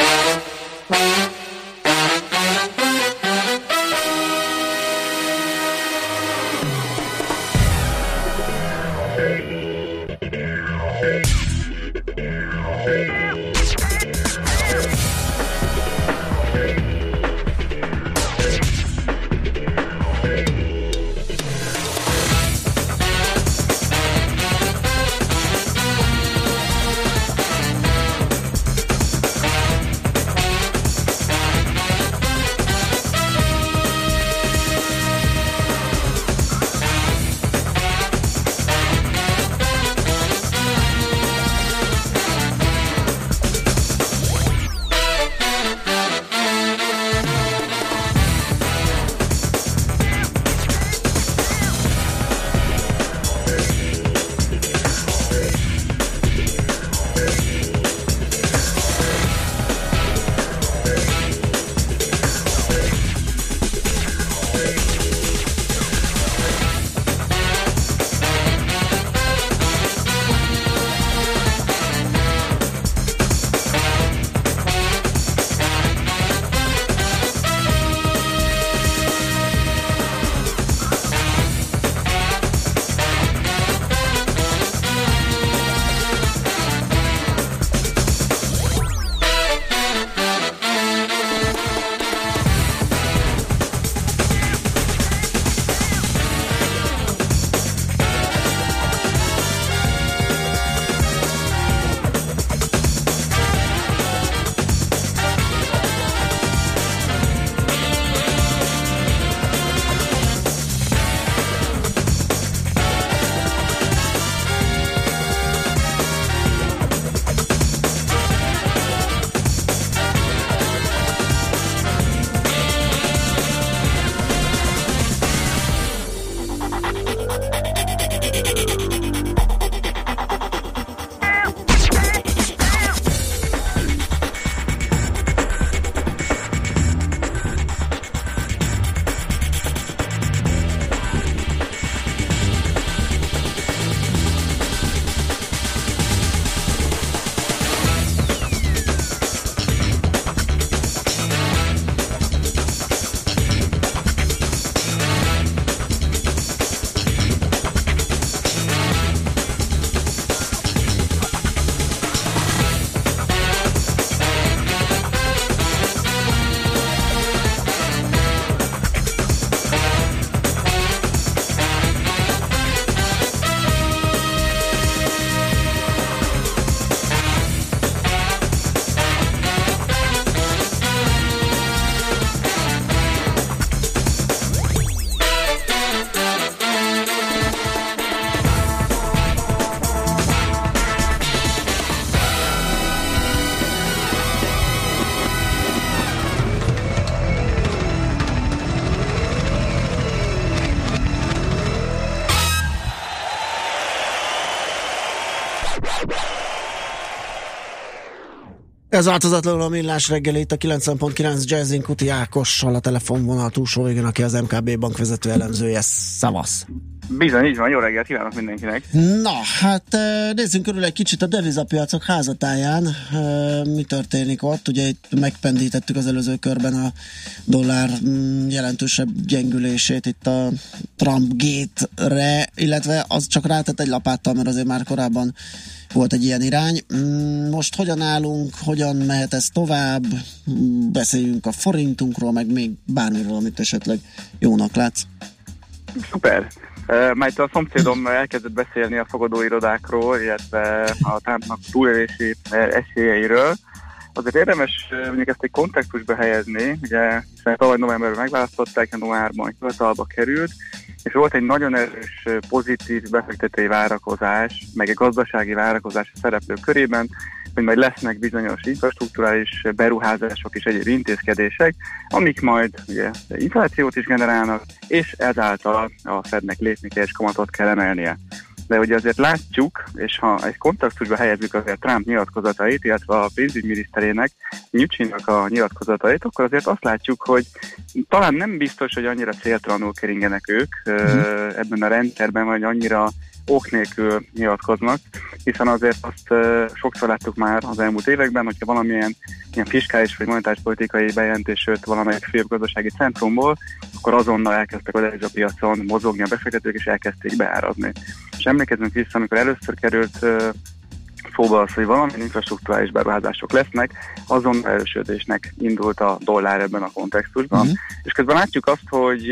Ez változatlanul a Millás reggeli, itt a 90.9 Jazzin Kuti Ákossal a telefonvonal túlsó végén, aki az MKB bank vezető elemzője. Szavasz! Bizony, így van, jó reggelt kívánok mindenkinek! Na, hát nézzünk körül egy kicsit a devizapiacok házatáján. Mi történik ott? Ugye itt megpendítettük az előző körben a dollár jelentősebb gyengülését itt a Trump gate-re, illetve az csak rátett egy lapáttal, mert azért már korábban volt egy ilyen irány. Most hogyan állunk, hogyan mehet ez tovább? Beszéljünk a forintunkról, meg még bármiről, amit esetleg jónak látsz. Szuper! Majd a szomszédom elkezdett beszélni a fogadóirodákról, illetve a Trumpnak túlélési esélyeiről. Azért érdemes mondjuk ezt egy kontextusba helyezni, ugye hiszen tavaly novemberben megválasztották, januárban hivatalba került, és volt egy nagyon erős pozitív befektetői várakozás, meg egy gazdasági várakozás a szereplők körében, hogy majd lesznek bizonyos infrastrukturális beruházások és egyéb intézkedések, amik majd ugye inflációt is generálnak, és ezáltal a Fednek lépni kell és kamatot kell emelnie. De ugye azért látjuk, és ha egy kontextusba helyezzük azért Trump nyilatkozatait, illetve a pénzügyminiszterének, Mnuchinnak a nyilatkozatait, akkor azért azt látjuk, hogy talán nem biztos, hogy annyira céltalanul keringenek ők ebben a rendszerben, vagy annyira ok nélkül nyilatkoznak, hiszen azért azt sokszor láttuk már az elmúlt években, hogyha valamilyen ilyen fiskális vagy monetáris politikai bejelentés jött valamelyik főbb gazdasági centrumból, akkor azonnal elkezdtek a devizapiacon mozogni a befektetők, és elkezdték beárazni. És emlékezzünk vissza, amikor először került szóba az, hogy valamilyen infrastrukturális beruházások lesznek, azon erősödésnek indult a dollár ebben a kontextusban. És közben látjuk azt, hogy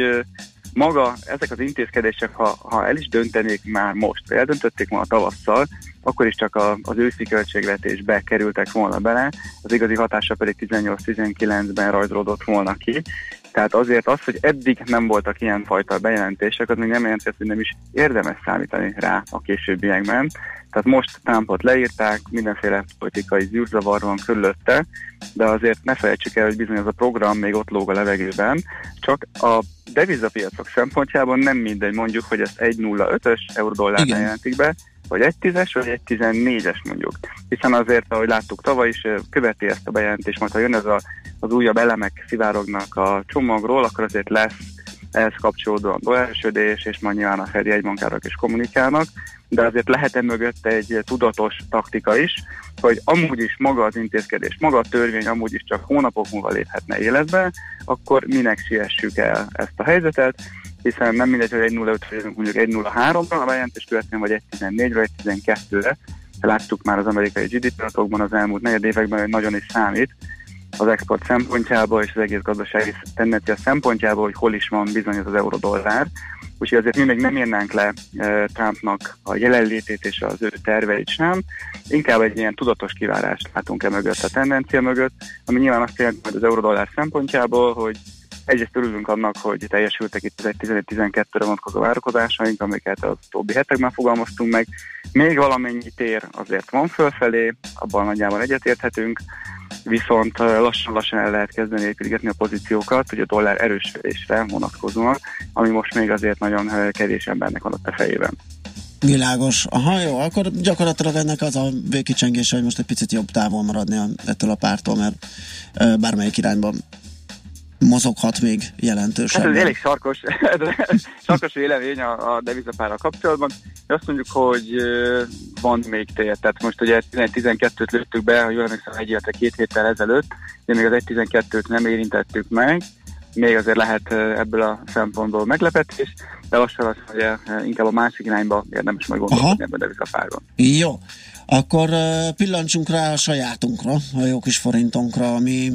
maga ezek az intézkedések, ha el is döntenék már most, vagy eldöntötték volna tavasszal, akkor is csak az őszi költségvetésbe kerültek volna bele, az igazi hatása pedig 18-19-ben rajzolódott volna ki. Tehát azért az, hogy eddig nem voltak ilyenfajta bejelentések, az még nem jelenti, hogy nem is érdemes számítani rá a későbbiekben. Tehát most Trumpot leírták, mindenféle politikai zűrzavar van körülötte, de azért ne felejtsük el, hogy bizony ez a program még ott lóg a levegőben, csak a devizapiacok szempontjából nem mindegy, mondjuk, hogy ezt 1,05-ös euró-dollárnál jelentik be, vagy 1,10-es, vagy 1,14-es mondjuk. Hiszen azért, ahogy láttuk tavaly is, követi ezt a bejelentést, majd ha jön ez az újabb elemek szivárognak a csomagról, akkor azért lesz ehhez kapcsolódóan dollárösödés, és majd nyilván a Fed jegybankárok is kommunikálnak, de azért lehet mögött egy tudatos taktika is, hogy amúgy is maga az intézkedés, maga a törvény amúgy is csak hónapok múlva léphetne életbe, akkor minek siessük el ezt a helyzetet, hiszen nem mindegy, hogy 1,05-ről mondjuk 1,03-ra a bejelentés követően, vagy 1,14-ről, 1,12-re. Láttuk már az amerikai GDP adatokban az elmúlt negyed években, hogy nagyon is számít az export szempontjából és az egész gazdasági tendencia szempontjából, hogy hol is van bizony az euró-dollár. Úgyhogy azért mi még nem írnánk le Trumpnak a jelenlétét és az ő terveit sem. Inkább egy ilyen tudatos kivárást látunk mögött, a tendencia mögött, ami nyilván azt jelenti, hogy az euró-dollár szempontjából, hogy egyrészt örülünk annak, hogy teljesültek itt az 11-12-re vonatkozó várakozásaink, amiket az utóbbi hetekben fogalmaztunk meg. Még valamennyi tér azért van fölfelé, abban nagyjából egyetérthetünk, viszont lassan-lassan el lehet kezdeni építgetni a pozíciókat, ugye a dollár erősödésre vonatkozóan, ami most még azért nagyon kevés embernek van ott a fejében. Világos. Aha, jó, akkor gyakorlatilag ennek az a végkicsengése, hogy most egy picit jobb távol maradni ettől a pártól, mert bármelyik irányban mozoghat még jelentősen. Hát ez elég sarkos vélemény a devizapárral kapcsolatban. Azt mondjuk, hogy van még tér. Tehát most ugye 12-t lőttük be, ha jól emlékszem, két héttel ezelőtt, de még az 1,12-t nem érintettük meg. Még azért lehet ebből a szempontból meglepetés, de lassan ugye inkább a másik irányba érdemes majd gondolkodni ebben a devizapárban. Jó. Akkor pillancsunk rá a sajátunkra, a jó kis forintunkra, ami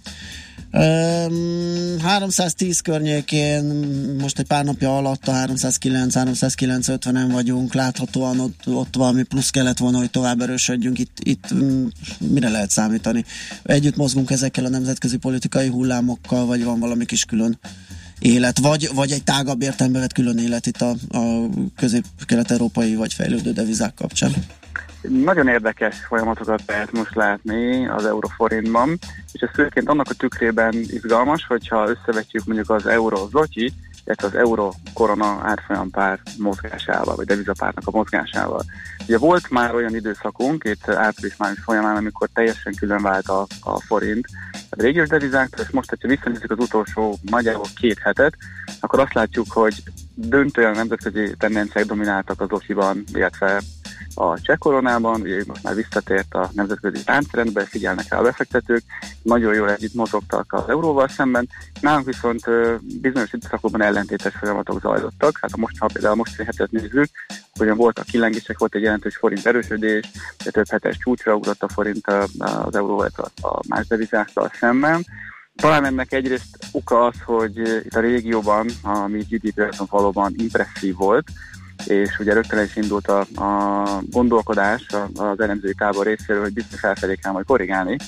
310 környékén, most egy pár napja alatt a 309-309-50-en vagyunk, láthatóan ott valami plusz kellett volna, hogy tovább erősödjünk. Itt mire lehet számítani? Együtt mozgunk ezekkel a nemzetközi politikai hullámokkal, vagy van valami kis külön élet, vagy egy tágabb értelembe vett külön élet itt a közép-kelet-európai vagy fejlődő devizák kapcsán? Nagyon érdekes folyamatokat lehet most látni az euróforintban, és ez főként annak a tükrében izgalmas, hogyha összevetjük mondjuk az euró-zloty, illetve az euró-korona árfolyampár mozgásával, vagy devizapárnak a mozgásával. Ugye volt már olyan időszakunk, itt április-május folyamán, amikor teljesen külön vált a forint a régiós devizáktól, és most, hogyha visszanézzük az utolsó nagyjából 2 hetet, akkor azt látjuk, hogy döntően nemzetközi tendenciák domináltak az zlotyiban, illetve a cseh koronában, ugye most már visszatért a nemzetközi táncrendbe, figyelnek rá a befektetők, nagyon jól együtt mozogtak az euróval szemben, nálunk viszont bizonyos időszakokban ellentétes folyamatok zajlottak, hát ha például most hetet nézzük, hogyan voltak kilengések, volt egy jelentős forint erősödés, de több hetes csúcsra ugrott a forint az euróval a más devizákkal szemben. Talán ennek egyrészt oka az, hogy itt a régióban a mi GDP valóban impresszív volt, és ugye rögtön is indult a gondolkodás az elemzői tábor részéről, hogy biztos felfelé kell majd korrigálni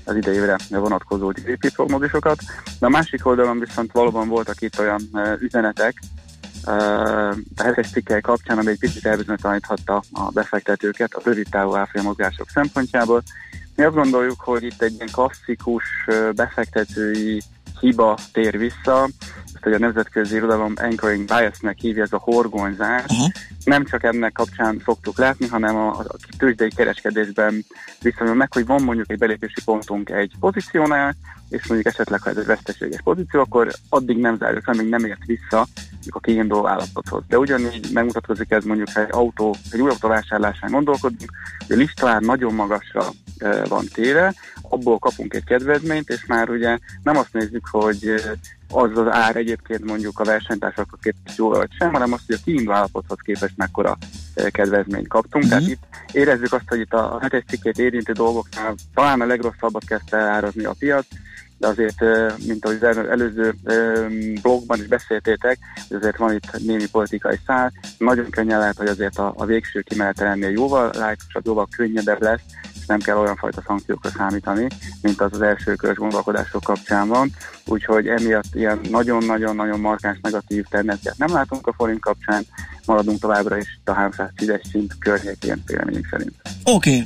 az idejére vonatkozó GDP prognózisokat. De a másik oldalon viszont valóban voltak itt olyan üzenetek, a hetes cikkely kapcsán, ami egy picit elbizonytalaníthatta a befektetőket a rövid távú árfolyamozgások szempontjából. Mi azt gondoljuk, hogy itt egy ilyen klasszikus befektetői hiba tér vissza, ezt a nemzetközi irodalom anchoring biasnek hívja, ez a horgonyzás. Nem csak ennek kapcsán szoktuk látni, hanem a tőzsdei kereskedésben viszonyul meg, hogy van mondjuk egy belépési pontunk egy pozíciónál, és mondjuk esetleg, ha ez egy veszteséges pozíció, akkor addig nem zárjuk le, még nem ért vissza a kiinduló állapothoz. De ugyanígy megmutatkozik ez mondjuk, ha egy új autó vásárlásán gondolkodunk, hogy a listár nagyon magasra van téve, abból kapunk egy kedvezményt, és már ugye nem azt nézzük, hogy az az ár egyébként mondjuk a versenytársakkal képest jó vagy sem, hanem azt, hogy a kiinduló állapothoz képest mekkora kedvezményt kaptunk. Tehát itt érezzük azt, hogy itt a hetes cikkét érintő dolgoknál talán a legrosszabbat kezdte árazni a piac, de azért, mint ahogy az előző blogban is beszéltétek, hogy azért van itt némi politikai szál, nagyon könnyen lehet, hogy azért a végső kimenete ennél jóval lájtosabb, jóval könnyedebb lesz, és nem kell olyan fajta szankciókra számítani, mint az első körös gondolkodások kapcsán van. Úgyhogy emiatt ilyen nagyon-nagyon-nagyon markáns negatív tendenciát nem látunk a forint kapcsán, maradunk továbbra is a 310-es szint környékén véleményünk szerint. Oké.